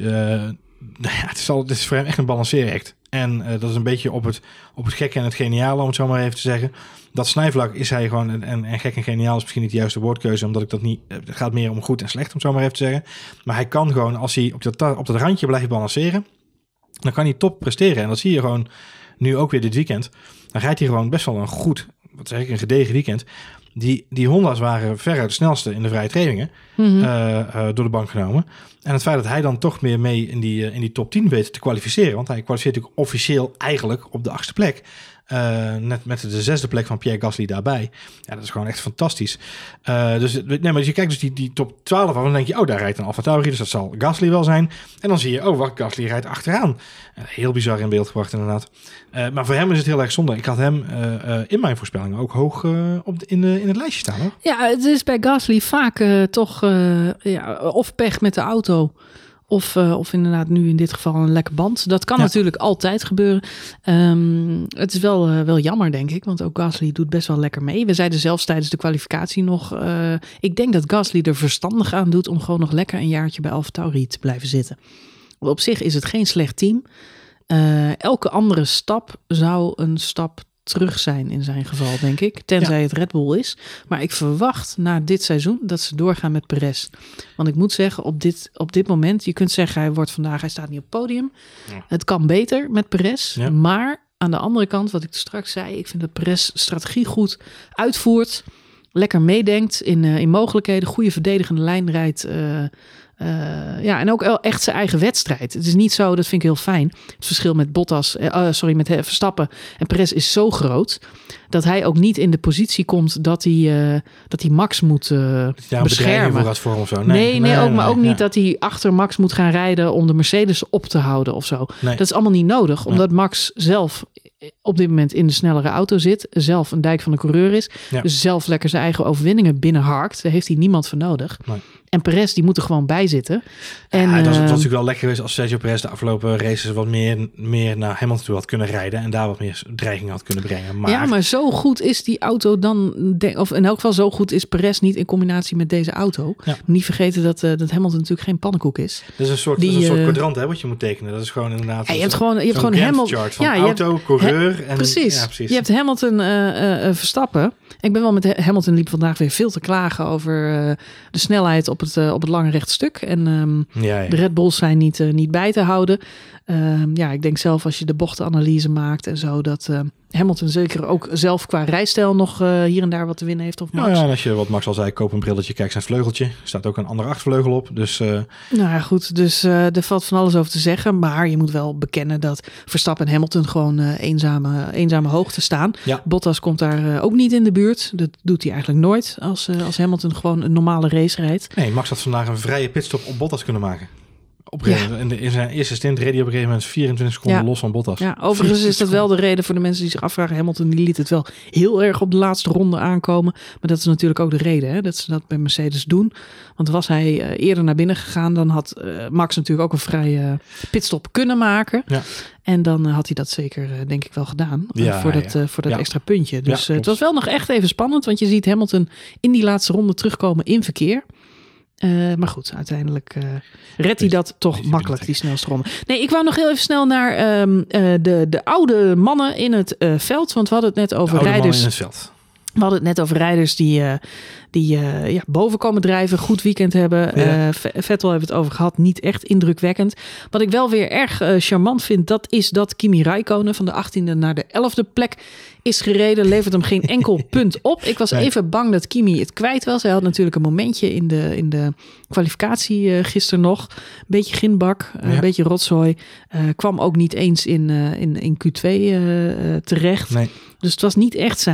het is voor hem echt een balanceeract. En dat is een beetje op het gekke en het geniale, om het zo maar even te zeggen. Dat snijvlak is hij gewoon... En gek en geniaal is misschien niet de juiste woordkeuze, omdat ik dat niet... Het gaat meer om goed en slecht, om het zo maar even te zeggen. Maar hij kan gewoon, als hij op dat randje blijft balanceren, dan kan hij top presteren. En dat zie je gewoon nu ook weer dit weekend. Dan rijdt hij gewoon best wel een goed, een gedegen weekend. Die Honda's waren veruit de snelste in de vrije trainingen door de bank genomen. En het feit dat hij dan toch meer mee in die top 10 weet te kwalificeren. Want hij kwalificeert natuurlijk officieel eigenlijk op de 8e plek. Net met de 6e plek van Pierre Gasly daarbij. Ja, dat is gewoon echt fantastisch. Maar je kijkt dus die top 12 af en dan denk je, daar rijdt een AlphaTauri, dus dat zal Gasly wel zijn. En dan zie je, wacht, Gasly rijdt achteraan. Heel bizar in beeld gebracht inderdaad. Maar voor hem is het heel erg zonde. Ik had hem in mijn voorspellingen ook hoog in het lijstje staan, hoor. Ja, het is bij Gasly vaak toch of pech met de auto. Of inderdaad nu in dit geval een lekke band. Dat kan natuurlijk altijd gebeuren. Het is wel jammer, denk ik. Want ook Gasly doet best wel lekker mee. We zeiden zelfs tijdens de kwalificatie nog... ik denk dat Gasly er verstandig aan doet... om gewoon nog lekker een jaartje bij AlphaTauri te blijven zitten. Op zich is het geen slecht team. Elke andere stap zou een stap terug zijn in zijn geval, denk ik. Tenzij het Red Bull is. Maar ik verwacht na dit seizoen dat ze doorgaan met Perez. Want ik moet zeggen, op dit moment... Je kunt zeggen, hij staat niet op het podium. Ja. Het kan beter met Perez. Ja. Maar aan de andere kant, wat ik straks zei... Ik vind dat Perez strategie goed uitvoert. Lekker meedenkt in mogelijkheden. Goede verdedigende lijn rijdt... en ook echt zijn eigen wedstrijd. Het is niet zo, dat vind ik heel fijn. Het verschil met met Verstappen en Perez is zo groot... dat hij ook niet in de positie komt dat hij Max moet beschermen. Of zo. Maar ook niet dat hij achter Max moet gaan rijden... om de Mercedes op te houden of zo. Nee. Dat is allemaal niet nodig, omdat Max zelf... op dit moment in de snellere auto zit. Zelf een dijk van de coureur is. Ja. Dus zelf lekker zijn eigen overwinningen binnenharkt. Daar heeft hij niemand voor nodig. Nee. En Perez, die moet er gewoon bij zitten. En, het was natuurlijk wel lekker geweest als Sergio Perez de afgelopen races wat meer naar Hamilton toe had kunnen rijden. En daar wat meer dreiging had kunnen brengen. Maar zo goed is die auto dan... Of in elk geval zo goed is Perez niet in combinatie met deze auto. Ja. Niet vergeten dat Hamilton natuurlijk geen pannenkoek is. Dat is een soort kwadrant wat je moet tekenen. Dat is gewoon inderdaad... je hebt gewoon Hamilton... van auto, coureur... Precies. Je hebt Hamilton Verstappen. Ik ben wel met Hamilton liep vandaag weer veel te klagen over de snelheid op het lange rechtstuk. En de Red Bulls zijn niet bij te houden. Ik denk zelf als je de bochtenanalyse maakt en zo... dat Hamilton zeker ook zelf qua rijstijl nog hier en daar wat te winnen heeft. Of Max. En als je, wat Max al zei, koop een brilletje, kijk zijn vleugeltje. Er staat ook een andere achtervleugel op. Dus, goed. Dus er valt van alles over te zeggen. Maar je moet wel bekennen dat Verstappen en Hamilton gewoon eenzame hoogte staan. Ja. Bottas komt daar ook niet in de buurt. Dat doet hij eigenlijk nooit als Hamilton gewoon een normale race rijdt. Nee, Max had vandaag een vrije pitstop op Bottas kunnen maken. In zijn eerste stint reed hij op een gegeven moment 24 seconden los van Bottas. Ja, overigens is dat wel de reden voor de mensen die zich afvragen. Hamilton die liet het wel heel erg op de laatste ronde aankomen. Maar dat is natuurlijk ook de reden dat ze dat bij Mercedes doen. Want was hij eerder naar binnen gegaan, dan had Max natuurlijk ook een vrije pitstop kunnen maken. Ja. En dan had hij dat zeker, denk ik, wel gedaan. Voor dat extra puntje. Dus het was wel nog echt even spannend. Want je ziet Hamilton in die laatste ronde terugkomen in verkeer. Maar goed, uiteindelijk redt hij dat toch makkelijk, die snelste ronde. Nee, ik wou nog heel even snel naar de oude mannen in het veld. Want we hadden het net over rijders. In het veld. We hadden het net over rijders die boven komen drijven, goed weekend hebben. Ja. Vettel hebben we het over gehad, niet echt indrukwekkend. Wat ik wel weer erg charmant vind, dat is dat Kimi Räikkönen van de 18e naar de 11e plek is gereden. Levert hem geen enkel punt op. Ik was even bang dat Kimi het kwijt was. Hij had natuurlijk een momentje in de kwalificatie gisteren nog. Een beetje ginbak, een beetje rotzooi. Kwam ook niet eens in Q2 terecht. Nee. Dus het was niet echt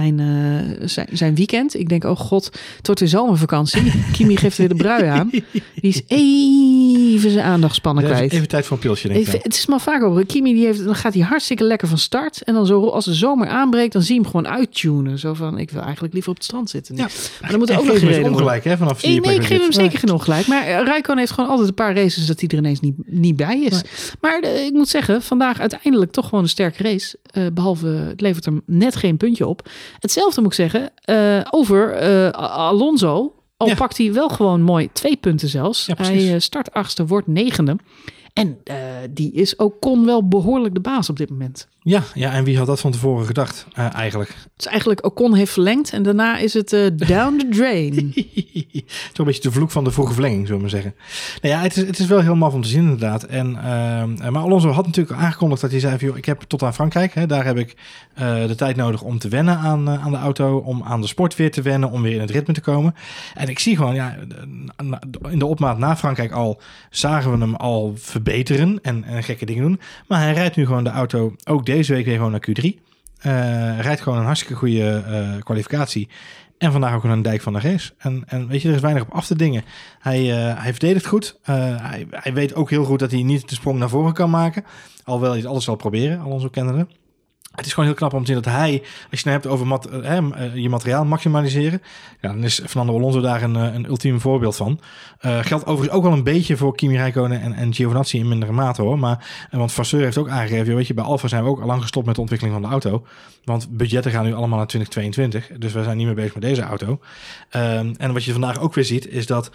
zijn weekend. Ik denk, oh god, het wordt weer zomervakantie. Kimi geeft weer de brui aan. Die is even zijn aandachtspannen kwijt. Even tijd voor een pilsje, denk ik. Het is maar vaak over. Kimi, dan gaat hij hartstikke lekker van start. En dan zo, als de zomer aanbreekt, dan zie je hem gewoon uittunen. Zo van, ik wil eigenlijk liever op het strand zitten. Ja. Maar dan moet er ook nog gereden worden. Ongelijk, hè, vanaf nee, ik geef hem zeker geen ongelijk. Maar Räikkönen heeft gewoon altijd een paar races dat hij er ineens niet bij is. Nee. Maar ik moet zeggen, vandaag uiteindelijk toch gewoon een sterke race. Behalve, het levert hem net geen puntje op. Hetzelfde moet ik zeggen over Alonso. Al pakt hij wel gewoon mooi 2 punten zelfs. Ja, hij start 8e, wordt 9e. En die is ook Ocon wel behoorlijk de baas op dit moment. Ja, en wie had dat van tevoren gedacht eigenlijk? Het is eigenlijk Ocon heeft verlengd en daarna is het down the drain. Zo'n beetje de vloek van de vroege verlenging, zullen we maar zeggen. Nou ja, het is wel heel maf om te zien inderdaad. Maar Alonso had natuurlijk aangekondigd dat hij zei van, joh, ik heb tot aan Frankrijk. Hè, daar heb ik de tijd nodig om te wennen aan de auto. Om aan de sport weer te wennen, om weer in het ritme te komen. En ik zie gewoon, in de opmaat na Frankrijk al zagen we hem al verbeteren en gekke dingen doen. Maar hij rijdt nu gewoon de auto ook deze week weer gewoon naar Q3. Rijdt gewoon een hartstikke goede kwalificatie. En vandaag ook een dijk van de race. En weet je, er is weinig op af te dingen. Hij verdedigt goed. Hij weet ook heel goed dat hij niet de sprong naar voren kan maken. Alhoewel hij het alles zal proberen, Alonso kennende. Het is gewoon heel knap om te zien dat hij, als je het nou hebt over je materiaal maximaliseren, ja, dan is Fernando Alonso daar een ultiem voorbeeld van. Geldt overigens ook wel een beetje voor Kimi Räikkönen en Giovinazzi in mindere mate hoor. Want Vasseur heeft ook aangegeven, weet je, bij Alfa zijn we ook al lang gestopt met de ontwikkeling van de auto. Want budgetten gaan nu allemaal naar 2022. Dus we zijn niet meer bezig met deze auto. En wat je vandaag ook weer ziet, is dat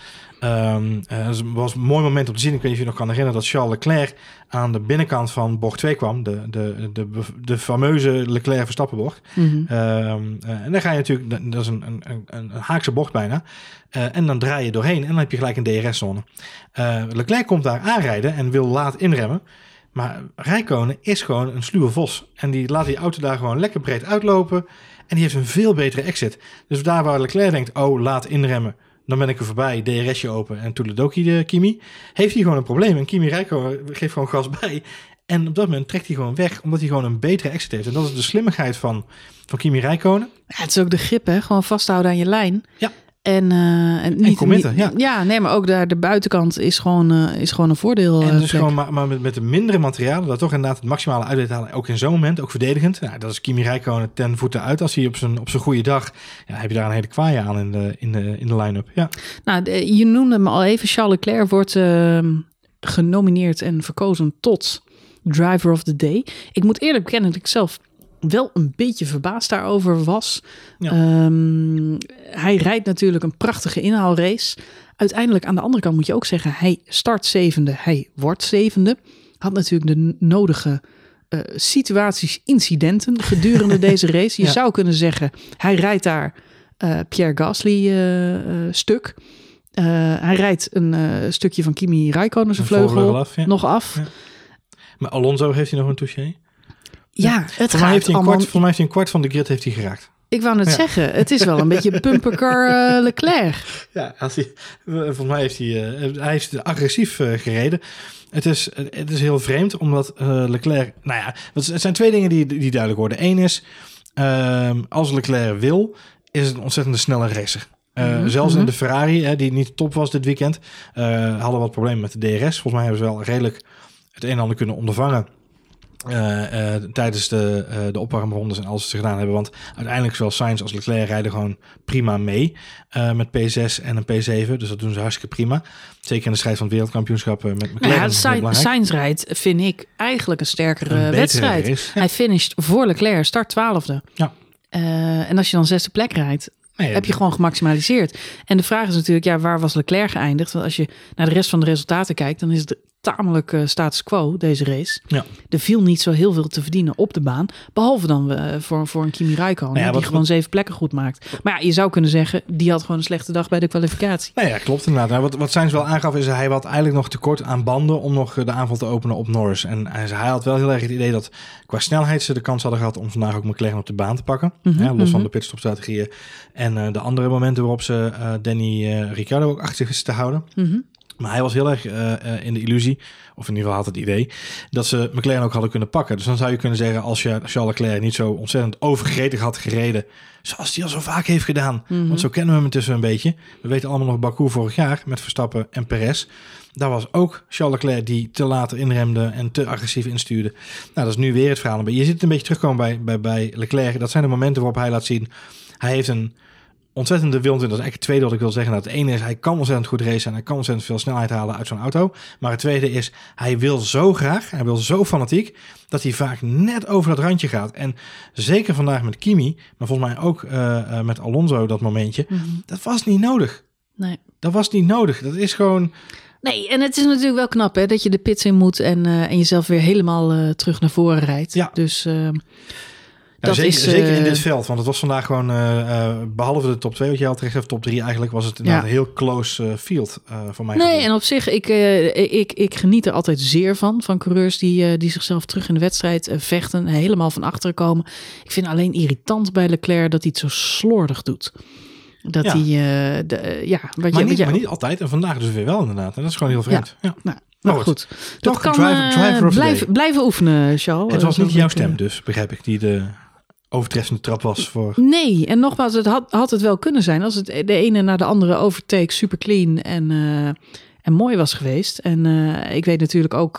het was een mooi moment om te zien. Ik weet niet of je nog kan herinneren dat Charles Leclerc aan de binnenkant van bocht 2 kwam. De fameuze Leclerc-Verstappen-bocht. Mm-hmm. En dan ga je natuurlijk, dat is een haakse bocht bijna. En dan draai je doorheen en dan heb je gelijk een DRS-zone. Leclerc komt daar aanrijden en wil laat inremmen. Maar Räikkönen is gewoon een sluwe vos. En die laat die auto daar gewoon lekker breed uitlopen. En die heeft een veel betere exit. Dus daar waar Leclerc denkt, oh, laat inremmen. Dan ben ik er voorbij, DRS'je open en toedeledokie de Kimi. Heeft hij gewoon een probleem. En Kimi Räikkönen geeft gewoon gas bij. En op dat moment trekt hij gewoon weg, omdat hij gewoon een betere exit heeft. En dat is de slimmigheid van Kimi Räikkönen. Ja, het is ook de grip, hè? Gewoon vasthouden aan je lijn. Ja. En niet committen, nee, maar ook daar de buitenkant is gewoon een voordeel. En dus gewoon maar met de mindere materialen, dat toch inderdaad het maximale uit halen. Ook in zo'n moment, ook verdedigend. Nou, dat is Kimi Räikkönen ten voeten uit. Als hij op zijn goede dag, heb je daar een hele kwaaie aan in de line-up. Ja. Nou, je noemde hem al even. Charles Leclerc wordt genomineerd en verkozen tot Driver of the Day. Ik moet eerlijk bekennen dat ik zelf wel een beetje verbaasd daarover was. Ja. Hij rijdt natuurlijk een prachtige inhaalrace. Uiteindelijk aan de andere kant moet je ook zeggen, hij start 7e, hij wordt 7e. Had natuurlijk de nodige situaties, incidenten gedurende deze race. Je zou kunnen zeggen, hij rijdt daar Pierre Gasly stuk. Hij rijdt een stukje van Kimi Räikkönen zijn vleugel nog af. Ja. Maar Alonso heeft hij nog een touché? Ja, het voor gaat mij heeft hij een kwart van de grid heeft hij geraakt. Ik wou net zeggen, het is wel een beetje bumpercar Leclerc. Ja, volgens mij heeft hij heeft agressief gereden. Het is heel vreemd, omdat Leclerc... Nou ja, het zijn 2 dingen die duidelijk worden. Eén is, als Leclerc wil, is het een ontzettend snelle racer. Zelfs in de Ferrari, die niet top was dit weekend, hadden wat problemen met de DRS. Volgens mij hebben ze wel redelijk het een en ander kunnen ondervangen tijdens de opwarmrondes en alles wat ze gedaan hebben. Want uiteindelijk zowel Sainz als Leclerc rijden gewoon prima mee met P6 en een P7. Dus dat doen ze hartstikke prima. Zeker in de strijd van het wereldkampioenschap met McLaren. Ja, Sainz rijdt, vind ik, eigenlijk een sterkere wedstrijd. Race, ja. Hij finisht voor Leclerc, start 12e. Ja. En als je dan 6e plek rijdt, heb je gewoon gemaximaliseerd. En de vraag is natuurlijk, waar was Leclerc geëindigd? Want als je naar de rest van de resultaten kijkt, dan is het tamelijk status quo, deze race. Ja. Er viel niet zo heel veel te verdienen op de baan. Behalve dan voor een Kimi Räikkönen, die gewoon 7 plekken goed maakt. Maar ja, je zou kunnen zeggen, die had gewoon een slechte dag bij de kwalificatie. Nou ja, klopt inderdaad. Nou, wat Sainz wel aangaf, is hij had eigenlijk nog tekort aan banden om nog de aanval te openen op Norris. En hij had wel heel erg het idee dat qua snelheid ze de kans hadden gehad om vandaag ook McLaren op de baan te pakken. Los van de pitstopstrategieën en de andere momenten waarop ze Danny Ricciardo ook achter zich is te houden. Maar hij was heel erg in de illusie, of in ieder geval had het idee, dat ze McLaren ook hadden kunnen pakken. Dus dan zou je kunnen zeggen, als je Charles Leclerc niet zo ontzettend overgretig had gereden, zoals hij al zo vaak heeft gedaan. Mm-hmm. Want zo kennen we hem intussen een beetje. We weten allemaal nog Baku vorig jaar met Verstappen en Perez. Daar was ook Charles Leclerc die te laat inremde en te agressief instuurde. Nou, dat is nu weer het verhaal. Je ziet het een beetje terugkomen bij Leclerc. Dat zijn de momenten waarop hij laat zien, hij heeft een ontzettende wil. Dat is eigenlijk het tweede wat ik wil zeggen. Nou, het ene is, hij kan ontzettend goed racen en hij kan ontzettend veel snelheid halen uit zo'n auto. Maar het tweede is, hij wil zo graag, hij wil zo fanatiek, dat hij vaak net over dat randje gaat. En zeker vandaag met Kimi, maar volgens mij ook met Alonso dat momentje. Mm-hmm. Dat was niet nodig. Nee. Dat was niet nodig. Dat is gewoon... Nee, en het is natuurlijk wel knap hè, dat je de pits in moet en jezelf weer helemaal terug naar voren rijdt. Ja. Dus... Ja, zeker in dit veld, want het was vandaag gewoon, behalve de top 2 wat je had terecht, top 3 eigenlijk, was het inderdaad een heel close field voor mij. Nee, en op zich, ik geniet er altijd zeer van coureurs die zichzelf terug in de wedstrijd vechten, helemaal van achteren komen. Ik vind alleen irritant bij Leclerc dat hij het zo slordig doet. Dat hij, maar niet altijd, en vandaag dus weer wel inderdaad. En dat is gewoon heel vreemd. Ja. Nou, goed. Dat kan blijven oefenen, Charles. Het was niet jouw stem dus, begrijp ik, die de overtreffende trap was voor... Nee, en nogmaals, het had het wel kunnen zijn als het de ene na de andere overtake super clean en mooi was geweest. En ik weet natuurlijk ook,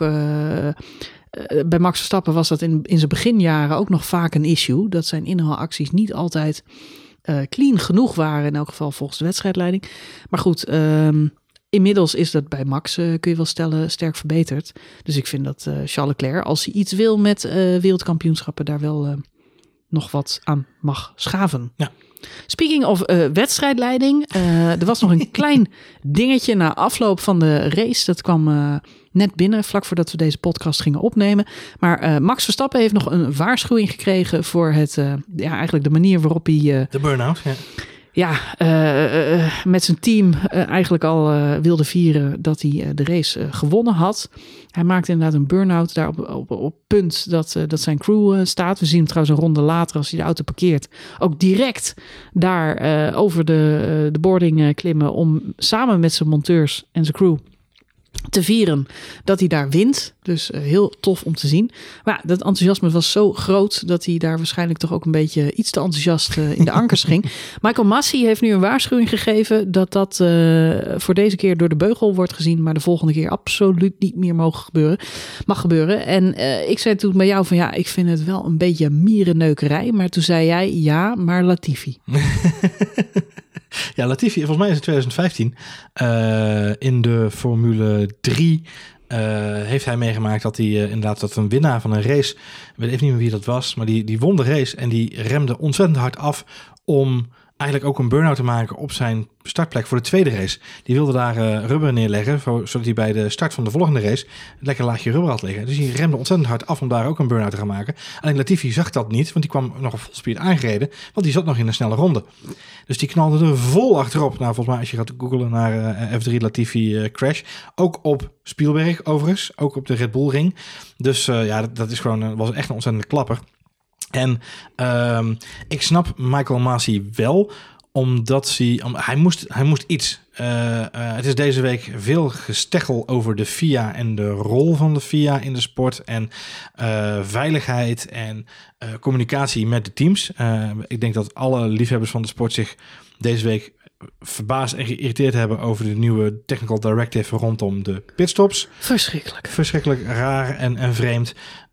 bij Max Verstappen was dat in zijn beginjaren ook nog vaak een issue. Dat zijn inhaalacties niet altijd clean genoeg waren, in elk geval volgens de wedstrijdleiding. Maar goed, inmiddels is dat bij Max, kun je wel stellen, sterk verbeterd. Dus ik vind dat Charles Leclerc, als hij iets wil met wereldkampioenschappen, daar wel nog wat aan mag schaven. Ja. Speaking of wedstrijdleiding. Er was nog een klein dingetje na afloop van de race. Dat kwam net binnen, vlak voordat we deze podcast gingen opnemen. Maar Max Verstappen heeft nog een waarschuwing gekregen voor eigenlijk de manier waarop hij... de burn-out, ja. Ja, met zijn team eigenlijk al wilde vieren dat hij de race gewonnen had. Hij maakte inderdaad een burn-out daar op punt dat zijn crew staat. We zien hem trouwens een ronde later als hij de auto parkeert. Ook direct daar over de boarding klimmen om samen met zijn monteurs en zijn crew te vieren dat hij daar wint. Dus heel tof om te zien. Maar ja, dat enthousiasme was zo groot dat hij daar waarschijnlijk toch ook een beetje iets te enthousiast in de ankers ging. Michael Masi heeft nu een waarschuwing gegeven dat voor deze keer door de beugel wordt gezien, maar de volgende keer absoluut niet meer mag gebeuren. En ik zei toen bij jou van ja, ik vind het wel een beetje mierenneukerij. Maar toen zei jij ja, maar Latifi. Ja, Latifi, volgens mij is het 2015 in de Formule 3 heeft hij meegemaakt dat hij inderdaad dat een winnaar van een race, ik weet even niet meer wie dat was, maar die won de race en die remde ontzettend hard af om eigenlijk ook een burn-out te maken op zijn startplek voor de tweede race. Die wilde daar rubber neerleggen, zodat hij bij de start van de volgende race een lekker laagje rubber had liggen. Dus hij remde ontzettend hard af om daar ook een burn-out te gaan maken. Alleen Latifi zag dat niet, want die kwam nog op full speed aangereden, want die zat nog in een snelle ronde. Dus die knalde er vol achterop. Nou, volgens mij als je gaat googlen naar F3 Latifi crash. Ook op Spielberg overigens, ook op de Red Bull ring. Dus dat is gewoon, was echt een ontzettende klapper. En ik snap Michael Masi wel, omdat hij moest iets. Het is deze week veel gesteggel over de FIA en de rol van de FIA in de sport en veiligheid en communicatie met de teams. Ik denk dat alle liefhebbers van de sport zich deze week verbaasd en geïrriteerd hebben over de nieuwe technical directive rondom de pitstops. Verschrikkelijk raar en vreemd.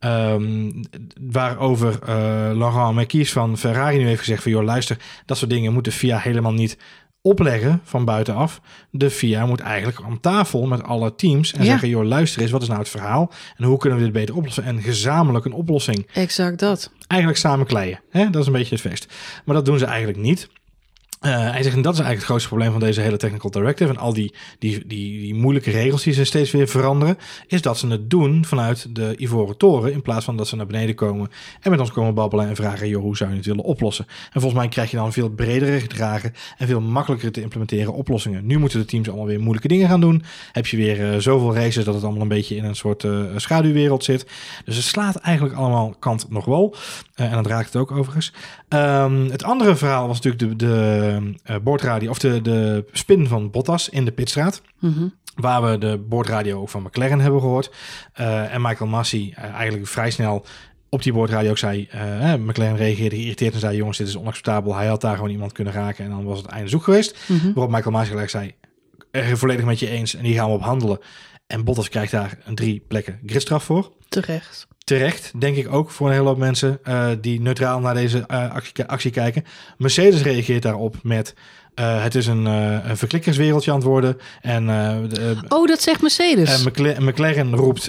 Waarover Laurent Mekies van Ferrari nu heeft gezegd van joh, luister, dat soort dingen moet de FIA helemaal niet opleggen van buitenaf. De FIA moet eigenlijk aan tafel met alle teams en zeggen joh, luister eens, wat is nou het verhaal en hoe kunnen we dit beter oplossen en gezamenlijk een oplossing. Exact dat. Eigenlijk samen kleien. Hè? Dat is een beetje het feest. Maar dat doen ze eigenlijk niet. Hij zegt, en dat is eigenlijk het grootste probleem van deze hele technical directive en al die moeilijke regels die ze steeds weer veranderen, is dat ze het doen vanuit de Ivoren Toren in plaats van dat ze naar beneden komen en met ons komen babbelen en vragen, joh, hoe zou je het willen oplossen? En volgens mij krijg je dan veel bredere gedragen en veel makkelijker te implementeren oplossingen. Nu moeten de teams allemaal weer moeilijke dingen gaan doen. Heb je weer zoveel races dat het allemaal een beetje in een soort schaduwwereld zit. Dus het slaat eigenlijk allemaal kant nog wel. En dat raakt het ook overigens. Het andere verhaal was natuurlijk de boordradio of de spin van Bottas in de pitstraat. Mm-hmm. waar we de boordradio ook van McLaren hebben gehoord. En Michael Masi eigenlijk vrij snel op die boordradio ook zei... McLaren reageerde geïrriteerd en zei... jongens, dit is onacceptabel. Hij had daar gewoon iemand kunnen raken en dan was het einde zoek geweest. Waarop Michael Masi gelijk zei... volledig met je eens en die gaan we op handelen. En Bottas krijgt daar een 3 plekken gridstraf voor. Terecht, denk ik ook voor een hele hoop mensen die neutraal naar deze actie kijken. Mercedes reageert daarop met... het is een verklikkerswereldje aan het worden. En, dat zegt Mercedes. McLaren roept,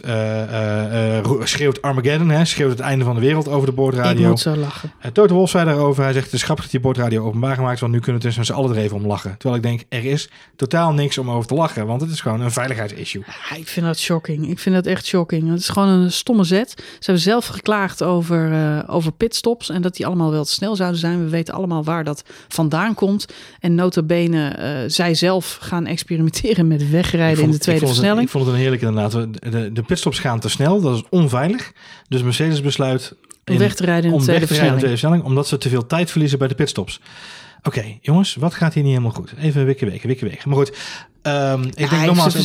schreeuwt Armageddon, hè, schreeuwt het einde van de wereld over de boordradio. Ik moet zo lachen. Toto Wolff zei daarover, hij zegt het is grappig dat die boordradio openbaar gemaakt is, want nu kunnen we dus met z'n allen er even om lachen. Terwijl ik denk, er is totaal niks om over te lachen, want het is gewoon een veiligheidsissue. Ja, ik vind dat shocking. Ik vind dat echt shocking. Het is gewoon een stomme zet. Ze hebben zelf geklaagd over pitstops en dat die allemaal wel te snel zouden zijn. We weten allemaal waar dat vandaan komt. En nota bene, zij zelf gaan experimenteren met wegrijden in de tweede versnelling. Ik vond het een heerlijk inderdaad. De pitstops gaan te snel, dat is onveilig. Dus Mercedes besluit om weg te rijden in de tweede versnelling. Omdat ze te veel tijd verliezen bij de pitstops. Oké, jongens, wat gaat hier niet helemaal goed? Even wikken. Maar goed, ik denk nogmaals...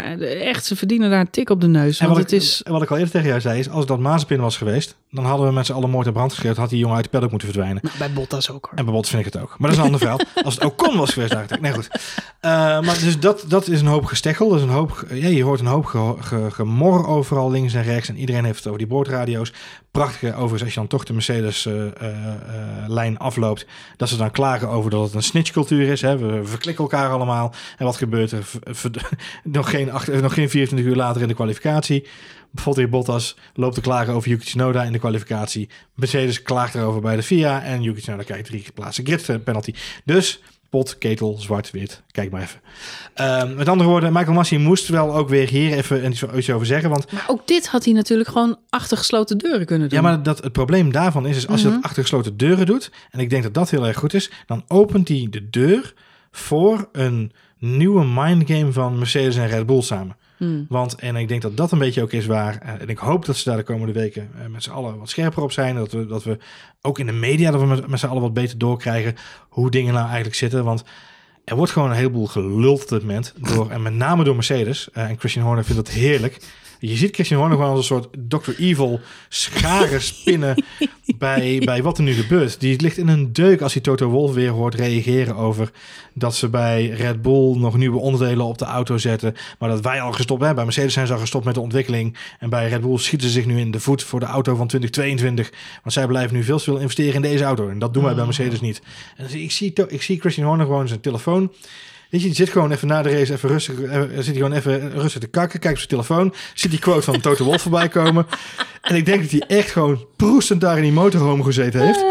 Ze verdienen daar een tik op de neus. En wat ik al eerder tegen jou zei is, als dat Mazepin was geweest, dan hadden we met z'n allen moord en brand geschreeuwd, had die jongen uit de paddock moeten verdwijnen. Nou, bij Bottas ook. Hoor. En bij Bottas vind ik het ook. Maar dat is een ander verhaal. Als het Ocon was geweest eigenlijk. Nee, goed. Maar dus dat is een hoop gesteggel. Dat is een hoop, je hoort een hoop gemor overal links en rechts. En iedereen heeft het over die boordradio's. Prachtige, overigens, als je dan toch de Mercedes-lijn afloopt, dat ze dan klagen over dat het een snitchcultuur is. Hè? We verklikken elkaar allemaal. En wat gebeurt er? Nog geen 24 uur later in de kwalificatie. Valtteri Bottas loopt te klagen over Yuki Tsunoda in de kwalificatie. Mercedes klaagt erover bij de FIA. En Yuki Tsunoda krijgt 3 geplaatste grid penalty. Dus pot, ketel, zwart, wit. Kijk maar even. Met andere woorden, Michael Masi moest wel ook weer hier even iets over zeggen. Want, maar ook dit had hij natuurlijk gewoon achter gesloten deuren kunnen doen. Ja, maar het probleem daarvan is als je dat achter gesloten deuren doet, en ik denk dat dat heel erg goed is, dan opent hij de deur voor een nieuwe mindgame van Mercedes en Red Bull samen. En ik denk dat dat een beetje ook is waar, en ik hoop dat ze daar de komende weken met z'n allen wat scherper op zijn, dat we ook in de media, dat we met z'n allen wat beter doorkrijgen hoe dingen nou eigenlijk zitten, want er wordt gewoon een heleboel geluld op dit moment, en met name door Mercedes, en Christian Horner vindt dat heerlijk. Je ziet Christian Horner gewoon als een soort Dr. Evil scharen spinnen bij wat er nu gebeurt. Die ligt in een deuk als hij Toto Wolff weer hoort reageren over dat ze bij Red Bull nog nieuwe onderdelen op de auto zetten. Maar dat wij al gestopt hebben. Bij Mercedes zijn ze al gestopt met de ontwikkeling. En bij Red Bull schieten ze zich nu in de voet voor de auto van 2022. Want zij blijven nu veel te veel investeren in deze auto. En dat doen wij bij Mercedes niet. En dus ik zie Christian Horner gewoon zijn telefoon. Weet je, die zit gewoon even na de race even rustig te kakken. Kijkt op zijn telefoon. Ziet die quote van Toto Wolff voorbij komen. En ik denk dat hij echt gewoon proestend daar in die motorhome gezeten heeft.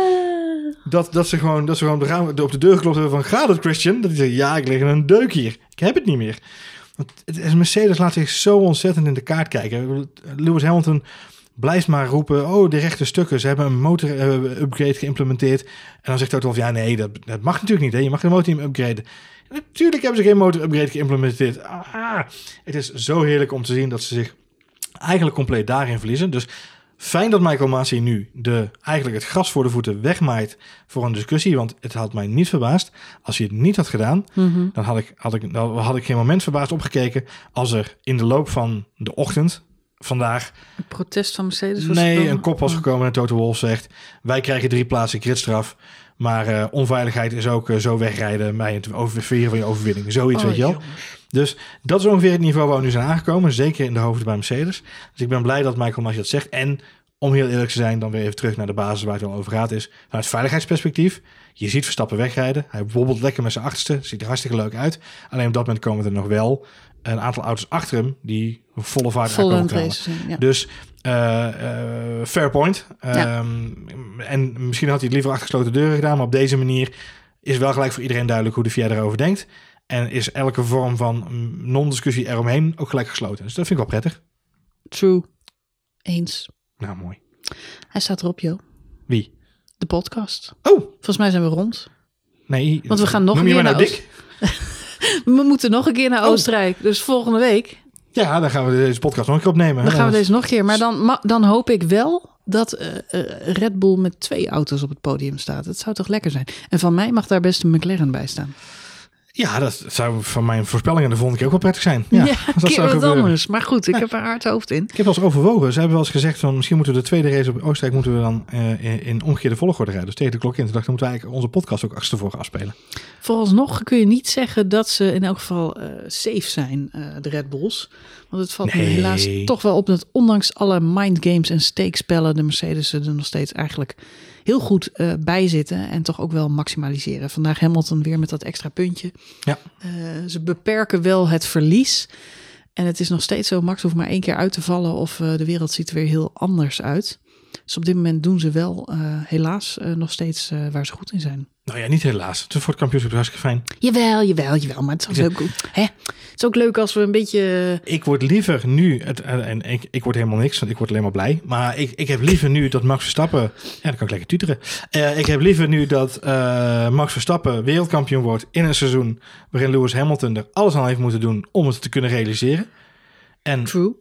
Dat ze gewoon op de deur geklopt hebben van, gaat het, Christian? Dat hij zegt, ja, ik lig in een deuk hier. Ik heb het niet meer. Want Mercedes laat zich zo ontzettend in de kaart kijken. Lewis Hamilton blijft maar roepen, de rechte stukken. Ze hebben een motor-upgrade geïmplementeerd. En dan zegt Toto Wolff, ja, nee, dat mag natuurlijk niet. Hè? Je mag de motor niet upgraden. Natuurlijk hebben ze geen motor-upgrade geïmplementeerd. Het is zo heerlijk om te zien dat ze zich eigenlijk compleet daarin verliezen. Dus fijn dat Michael Masi nu eigenlijk het gras voor de voeten wegmaait voor een discussie. Want het had mij niet verbaasd. Als hij het niet had gedaan, dan had ik geen moment verbaasd opgekeken als er in de loop van de ochtend vandaag een protest van Mercedes was gekomen. Een kop was gekomen en Toto Wolff zegt, wij krijgen 3 plaatsen gridstraf. Maar onveiligheid is ook zo wegrijden bij het vieren van je overwinning. Zoiets, weet je wel. Dus dat is ongeveer het niveau waar we nu zijn aangekomen. Zeker in de hoofden bij Mercedes. Dus ik ben blij dat Michael Masi dat zegt. En om heel eerlijk te zijn, dan weer even terug naar de basis waar het al over gaat is. Vanuit veiligheidsperspectief. Je ziet Verstappen wegrijden. Hij wobbelt lekker met zijn achterste. Ziet er hartstikke leuk uit. Alleen op dat moment komen er nog wel een aantal auto's achter hem die volle vaart aankomen knallen. Ja. Dus fair point. En misschien had hij het liever achter gesloten deuren gedaan. Maar op deze manier is wel gelijk voor iedereen duidelijk hoe de FIA daarover denkt. En is elke vorm van non-discussie eromheen ook gelijk gesloten. Dus dat vind ik wel prettig. True. Eens. Nou, mooi. Hij staat erop, joh. Wie? De podcast. Oh! Volgens mij zijn we rond. Nee. Want we gaan nog een keer naar Oostenrijk. We moeten nog een keer naar Oostenrijk. Dus volgende week. Ja, dan gaan we deze podcast nog een keer opnemen. Dan gaan we deze nog een keer. Maar dan hoop ik wel dat Red Bull met 2 auto's op het podium staat. Dat zou toch lekker zijn. En van mij mag daar best een McLaren bij staan. Ja, dat zou van mijn voorspellingen de volgende keer ook wel prettig zijn. Ja, Ja, als dat keer zou wat gebeuren. anders. Maar goed, ik heb er hard hoofd in. Ik heb wel eens overwogen. Ze hebben wel eens gezegd van misschien moeten we de tweede race op Oostenrijk moeten we dan in omgekeerde volgorde rijden. Dus tegen de klok in. Toen dacht ik, dan moeten we eigenlijk onze podcast ook achterstevoren afspelen. Vooralsnog kun je niet zeggen dat ze in elk geval safe zijn, de Red Bulls. Want het valt me Nee. helaas toch wel op dat ondanks alle mindgames en steekspellen de Mercedes er nog steeds eigenlijk heel goed bij zitten. En toch ook wel maximaliseren. Vandaag Hamilton weer met dat extra puntje. Ja. Ze beperken wel het verlies. En het is nog steeds zo, Max hoeft maar 1 keer uit te vallen of de wereld ziet er weer heel anders uit. Dus op dit moment doen ze wel helaas nog steeds waar ze goed in zijn. Nou ja, niet helaas. Het is voor het kampioenschap hartstikke fijn. Jawel. Maar het is ook, het is ook leuk als we een beetje... Ik word liever nu, en ik word helemaal niks, want ik word alleen maar blij. Maar ik heb liever nu dat Max Verstappen, ja, dan kan ik lekker tuteren. Ik heb liever nu dat Max Verstappen wereldkampioen wordt in een seizoen waarin Lewis Hamilton er alles aan heeft moeten doen om het te kunnen realiseren. True.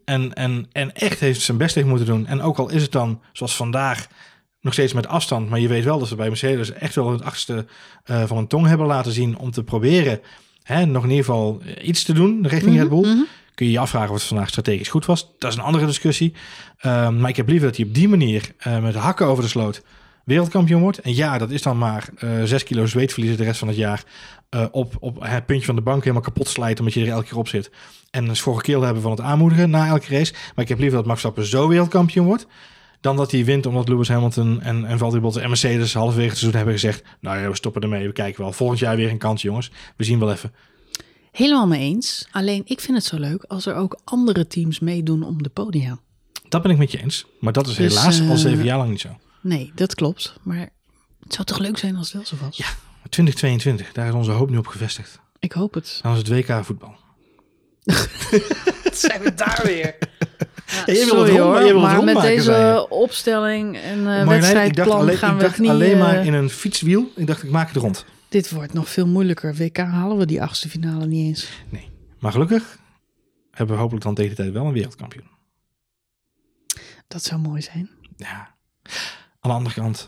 En echt heeft zijn best heeft moeten doen. En ook al is het dan, zoals vandaag, nog steeds met afstand. Maar je weet wel dat ze bij Mercedes echt wel het achterste van een tong hebben laten zien om te proberen nog in ieder geval iets te doen richting Red Bull. Mhm. Kun je je afvragen of het vandaag strategisch goed was. Dat is een andere discussie. Maar ik heb liever dat hij op die manier met hakken over de sloot wereldkampioen wordt. En ja, dat is dan maar 6 kilo zweetverliezen de rest van het jaar. Op het puntje van de bank helemaal kapot slijten omdat je er elke keer op zit. En een schorre keel hebben van het aanmoedigen na elke race. Maar ik heb liever dat Max Verstappen zo wereldkampioen wordt dan dat hij wint omdat Lewis Hamilton en Valtteri Bottas en Mercedes halverwege het seizoen hebben gezegd, nou ja, we stoppen ermee, we kijken wel. Volgend jaar weer een kans, jongens. We zien wel even. Helemaal mee eens. Alleen ik vind het zo leuk als er ook andere teams meedoen om de podia. Dat ben ik met je eens. Maar dat is Dus, helaas al 7 jaar lang niet zo. Nee, dat klopt. Maar het zou toch leuk zijn als het wel zo was? Ja, 2022, daar is onze hoop nu op gevestigd. Ik hoop het. Dan is het WK voetbal. Zijn we daar weer? Ja, jij wil sorry het rond- hoor, jij wil het maar met rondmaken, zei deze je. opstelling en Marjolein, wedstrijdplan gaan we het niet... alleen maar in een fietswiel. Ik dacht, ik maak het rond. Dit wordt nog veel moeilijker. WK halen we die 8e finale niet eens. Nee. Maar gelukkig hebben we hopelijk dan tegen de tijd wel een wereldkampioen. Dat zou mooi zijn. Ja. Aan de andere kant,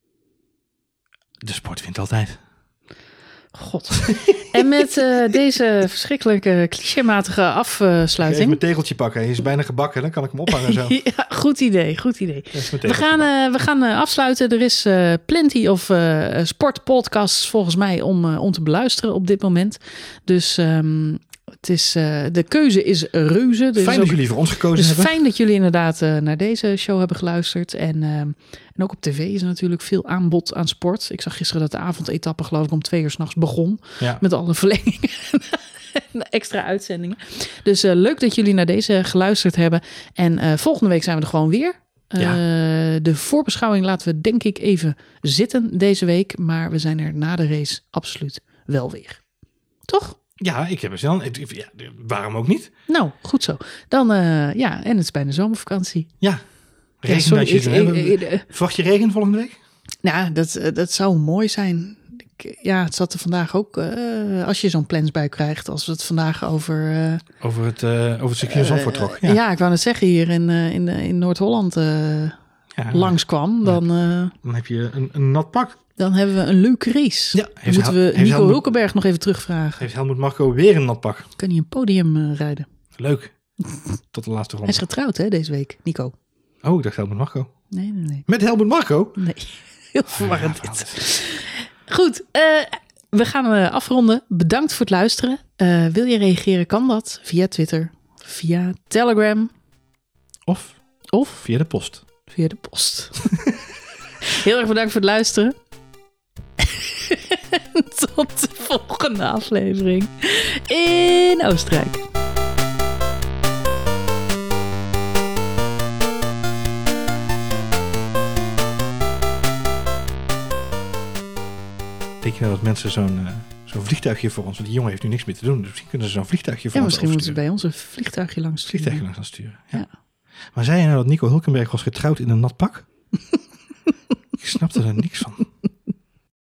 de sport wint altijd. God. En met deze verschrikkelijke clichématige Even afsluiting. mijn tegeltje pakken. Hij is bijna gebakken. Dan kan ik hem ophangen zo. Ja, goed idee. Even mijn We tegeltje gaan afsluiten. Er is plenty of sportpodcasts volgens mij om te beluisteren op dit moment. Dus het is, de keuze is reuze. pakken. Fijn dat jullie voor ons gekozen Dus hebben. fijn dat jullie inderdaad naar deze show hebben geluisterd. En ook op tv is er natuurlijk veel aanbod aan sport. Ik zag gisteren dat de avondetappe geloof ik om 2 uur 's nachts begon. Ja. Met alle verlengingen en extra uitzendingen. Dus leuk dat jullie naar deze geluisterd hebben. En volgende week zijn we er gewoon weer. De voorbeschouwing laten we denk ik even zitten deze week. Maar we zijn er na de race absoluut wel weer. Toch? Ja, ik heb er zin in. Ja, waarom ook niet? Nou, goed zo. Dan, en het is bijna zomervakantie. Ja. Ja, Regen sorry, dat je ik- Verwacht je regen volgende week? Nou, dat zou mooi zijn. Ja, het zat er vandaag ook, als je zo'n plensbui krijgt, als we het vandaag over... Over het circuit Zandvoort trok. ja, ik wou net zeggen, hier in Noord-Holland Ja, langskwam, dan heb je een nat pak. dan hebben we een leuke race. Ja, Dan heeft moeten we heeft Nico Helmut- Hulkenberg nog even terugvragen. Heeft Helmut Marko weer een nat pak. Kan hij een podium rijden? Leuk. Tot de laatste Hij ronde. is getrouwd hè, deze week, Nico. Oh, ik dacht Helmut Marko. Nee. Met Helmut Marko? Nee, heel verwarrend Ja, dit. Goed, we gaan afronden. Bedankt voor het luisteren. Wil je reageren, kan dat via Twitter, via Telegram Of of via de post. via de post. Heel erg bedankt voor het luisteren. Tot de volgende aflevering in Oostenrijk. Denk je nou dat mensen zo'n vliegtuigje voor ons... Want die jongen heeft nu niks meer te doen. Dus misschien kunnen ze zo'n vliegtuigje voor Ja, ons misschien moeten ze oversturen. bij ons een vliegtuigje langs sturen. Vliegtuigje langs gaan sturen. Ja. Ja. Maar zei je nou dat Nico Hulkenberg was getrouwd in een nat pak? Ik snapte er niks van.